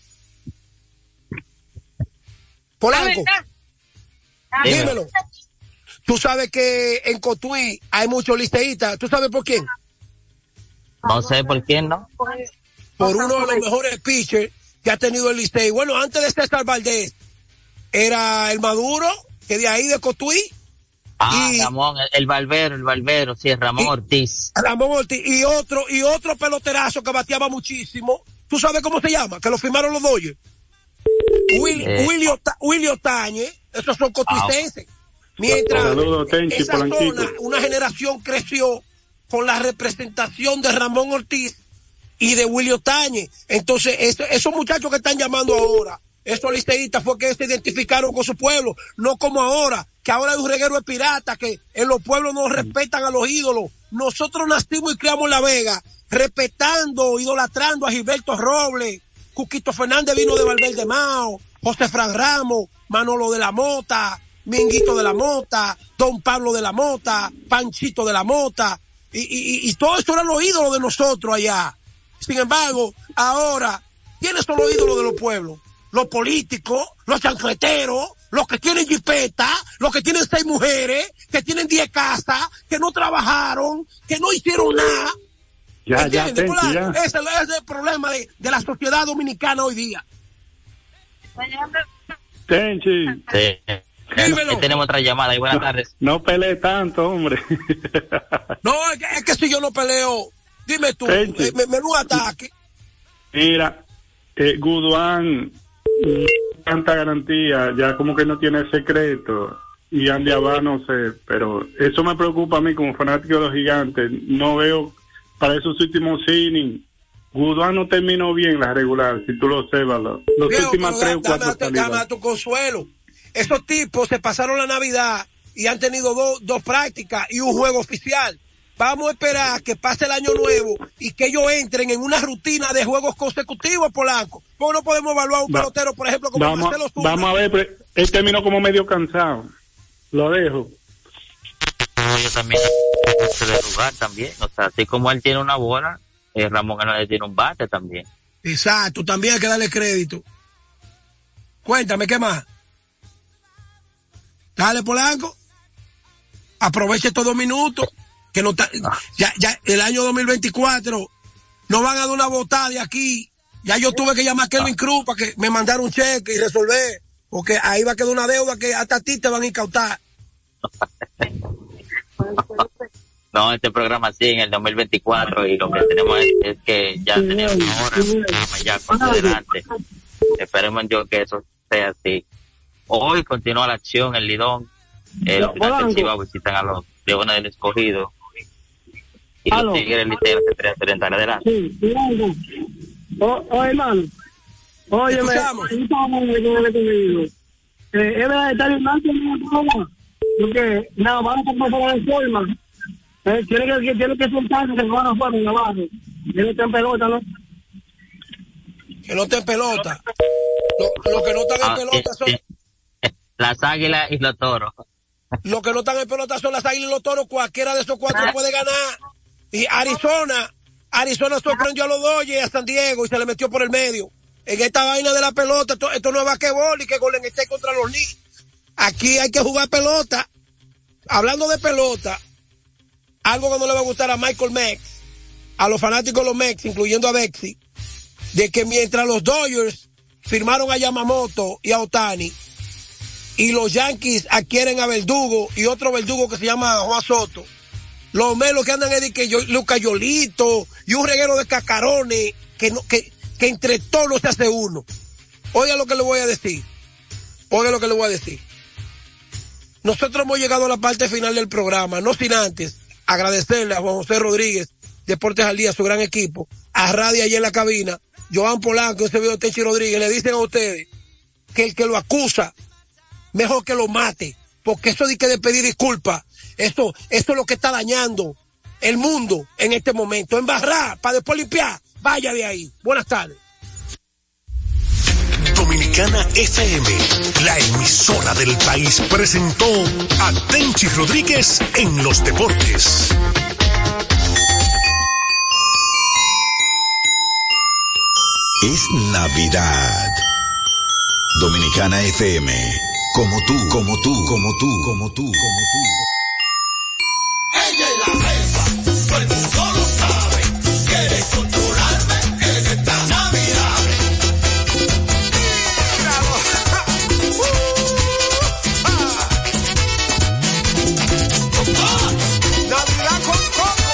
Polanco. Dímelo. Tú sabes que en Cotuí hay muchos liceístas. ¿Tú sabes por quién? No sé por quién, ¿no? Por uno de los mejores pitchers que ha tenido el Licey. Bueno, antes de César Valdés, era el Maduro, que de ahí de Cotuí. Ramón, el Barbero, sí, Ramón Ortiz. Ramón Ortiz, y otro peloterazo que bateaba muchísimo. ¿Tú sabes cómo se llama? Que lo firmaron los Dodgers. Willy Otañe, esos son cotuicenses. Mientras esa zona, una generación creció con la representación de Ramón Ortiz y de Willy Otañe. Entonces, esos muchachos que están llamando ahora, esos liceístas, fue que se identificaron con su pueblo, no como ahora, que ahora hay un reguero de piratas, que en los pueblos no respetan a los ídolos. Nosotros nacimos y criamos en La Vega, respetando, idolatrando a Gilberto Robles, Cuquito Fernández vino de Valverde Mao, José Fran Ramos, Manolo de la Mota, Minguito de la Mota, Don Pablo de la Mota, Panchito de la Mota, y todo eso eran los ídolos de nosotros allá. Sin embargo, ahora, ¿quiénes son los ídolos de los pueblos? Los políticos, los chanfleteros, los que tienen jipeta, los que tienen 6 mujeres, que tienen 10 casas, que no trabajaron, que no hicieron nada. ¿Entiendes? Ese es el problema de la sociedad dominicana hoy día. Tenchi. Sí. Ahí tenemos otra llamada y buenas tardes. No pelees tanto, hombre. No, es que si yo no peleo, dime tú, me ataque. Mira, Guduán, tanta garantía, ya como que no tiene secreto. Y Andy Abad no sé, pero eso me preocupa a mí como fanático de los Gigantes. No veo para esos últimos innings. Guduán no terminó bien la regular, si tú lo sabes, los últimos 3 o 4 salidas. Dame a tu consuelo. Esos tipos se pasaron la Navidad y han tenido dos prácticas y un juego oficial. Vamos a esperar que pase el año nuevo y que ellos entren en una rutina de juegos consecutivos, Polanco. Porque no podemos evaluar a un pelotero, por ejemplo, como Marcelo Zuna. Vamos a ver, pero él terminó como medio cansado. Lo dejo. Yo también de lugar también. O sea, así como él tiene una bola, Ramón Hernández tiene un bate también. Exacto, también hay que darle crédito. Cuéntame, ¿qué más? Dale, Polanco. Aproveche estos 2 minutos. Que no está, ya el año 2024 no van a dar una botada de aquí. Ya yo tuve que llamar a Kelvin Cruz para que me mandara un cheque y resolver. Porque ahí va a quedar una deuda que hasta a ti te van a incautar. No, este programa sí en el 2024 y lo que tenemos es que ya tenemos ahora un programa ya por delante. Esperemos yo que eso sea así. Hoy continúa la acción en Lidón. Los Gigantes Chivas visitan a los Leones del Escogido y los Tigres Licey se enfrentan adelante. Sí, hermano. Oye, es verdad, está el marco en el programa. Porque nada más no pasar en forma. Tiene que soltarse que van a jugar en abajo. Que no está en pelota, ¿no? Que no está en pelota. Lo que no están en pelota son las Águilas y los Toros. Los que no están en pelota son las Águilas y los Toros. Cualquiera de esos 4 puede ganar. Y Arizona Arizona sorprendió a los Dodgers y a San Diego y se le metió por el medio. En esta vaina de la pelota, esto no es basquetbol y que Golden State contra los Knicks. Aquí hay que jugar pelota. Hablando de pelota, algo que no le va a gustar a Michael Mex, a los fanáticos de los Mex, incluyendo a Bexy, de que mientras los Dodgers firmaron a Yamamoto y a Ohtani, y los Yankees adquieren a Verdugo y otro Verdugo que se llama Juan Soto, los Melos que andan es de que Lucas Yolito y un reguero de cacarones que entre todos se hace uno. Oiga lo que le voy a decir. Nosotros hemos llegado a la parte final del programa, no sin antes agradecerle a Juan José Rodríguez, Deportes al Día, su gran equipo, a Radio allí en la cabina, Joan Polanco, ese video de Tenchi Rodríguez, le dicen a ustedes que el que lo acusa, mejor que lo mate, porque eso de que de pedir disculpas, esto es lo que está dañando el mundo en este momento. Embarrar para después limpiar, vaya de ahí. Buenas tardes. Dominicana FM, la emisora del país, presentó a Tenchi Rodríguez en los deportes. Es Navidad. Dominicana FM, como tú, como tú, como tú, como tú, como tú. Ella es la jefa, todo el mundo lo sabe. Quiere controlarme en esta Navidad. Navidad con Coco.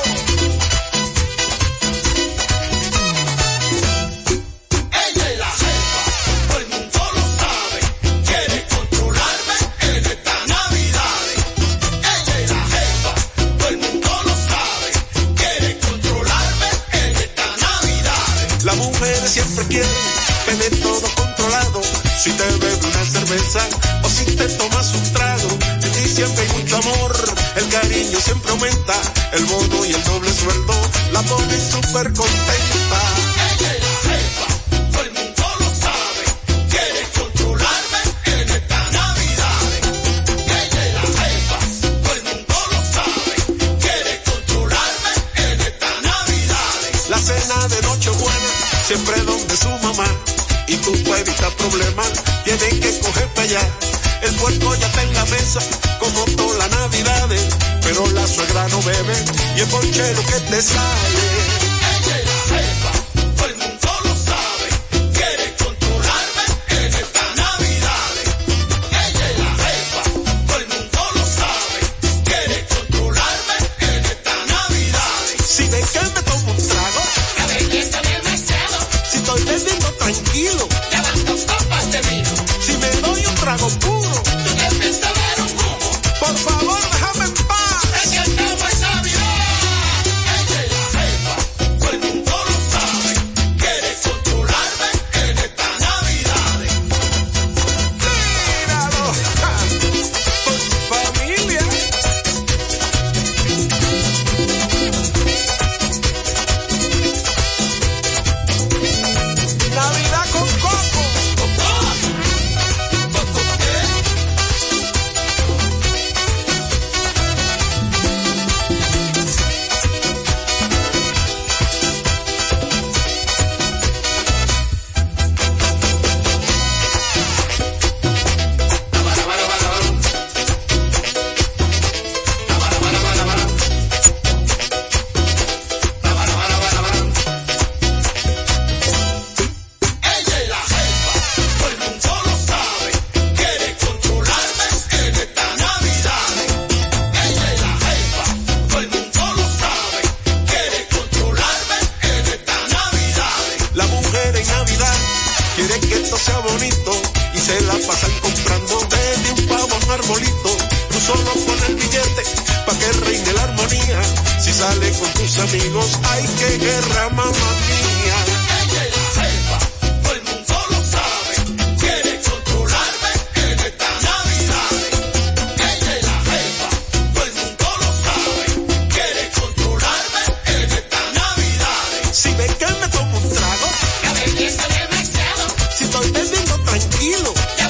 Ella es la jefa, todo el mundo lo sabe. Quiere controlarme en esta Navidad. Ella es la jefa, todo el mundo lo sabe. Quiere controlarme en esta Navidad. Las mujeres siempre quieren tener todo controlado. Si te bebes una cerveza o si te tomas un trago, en diciembre hay mucho amor, el cariño siempre aumenta, el bono y el doble sueldo la ponen súper contenta. Ella es la jefa, todo el mundo lo sabe. Quiere controlarme en esta Navidad. Ella es la jefa, todo el mundo lo sabe. Quiere controlarme en esta Navidad. La cena de Nochebuena siempre donde su mamá, y tú para evitar problemas tienes que coger para allá. El puerco ya está en la mesa como todas las navidades, pero la suegra no bebe y el ponche lo que te sale. Ella es la jefa, todo el mundo lo sabe. Quiere controlarme en esta Navidad. Ella es la jefa, todo el mundo lo sabe. Quiere controlarme en esta Navidad. Si ven que me tomo un trago, la belleza del mercado. si estoy bebiendo tranquilo, ya van 2 copas de vino. si me doy un trago puro, tú te piensas ver un humo. por favor déjame en paz. Es que estamos en Navidad. Ella es la jefa, todo el mundo lo sabe. Quiere controlarme en esta Navidad. Míralo, con su familia. Navidad con Coco. Ella es la jefa, todo el mundo lo sabe. Quiere controlarme en esta Navidad. Ella es la jefa, todo el mundo lo sabe. Quiere controlarme en esta Navidad. La mujer en Navidad quiere que esto sea bonito y se la pasan comprando desde un pavo a un arbolito. Tú solo pon el billete pa' que reine la armonía. Si sale con tus amigos, ay qué guerra, mamá mía. Ella es la jefa, todo el mundo lo sabe. Quiere controlarme en esta Navidad. Ella es la jefa, todo el mundo lo sabe. Quiere controlarme en esta Navidad. Si ven que me tomo un trago, la belleza del mercado. si estoy bebiendo tranquilo,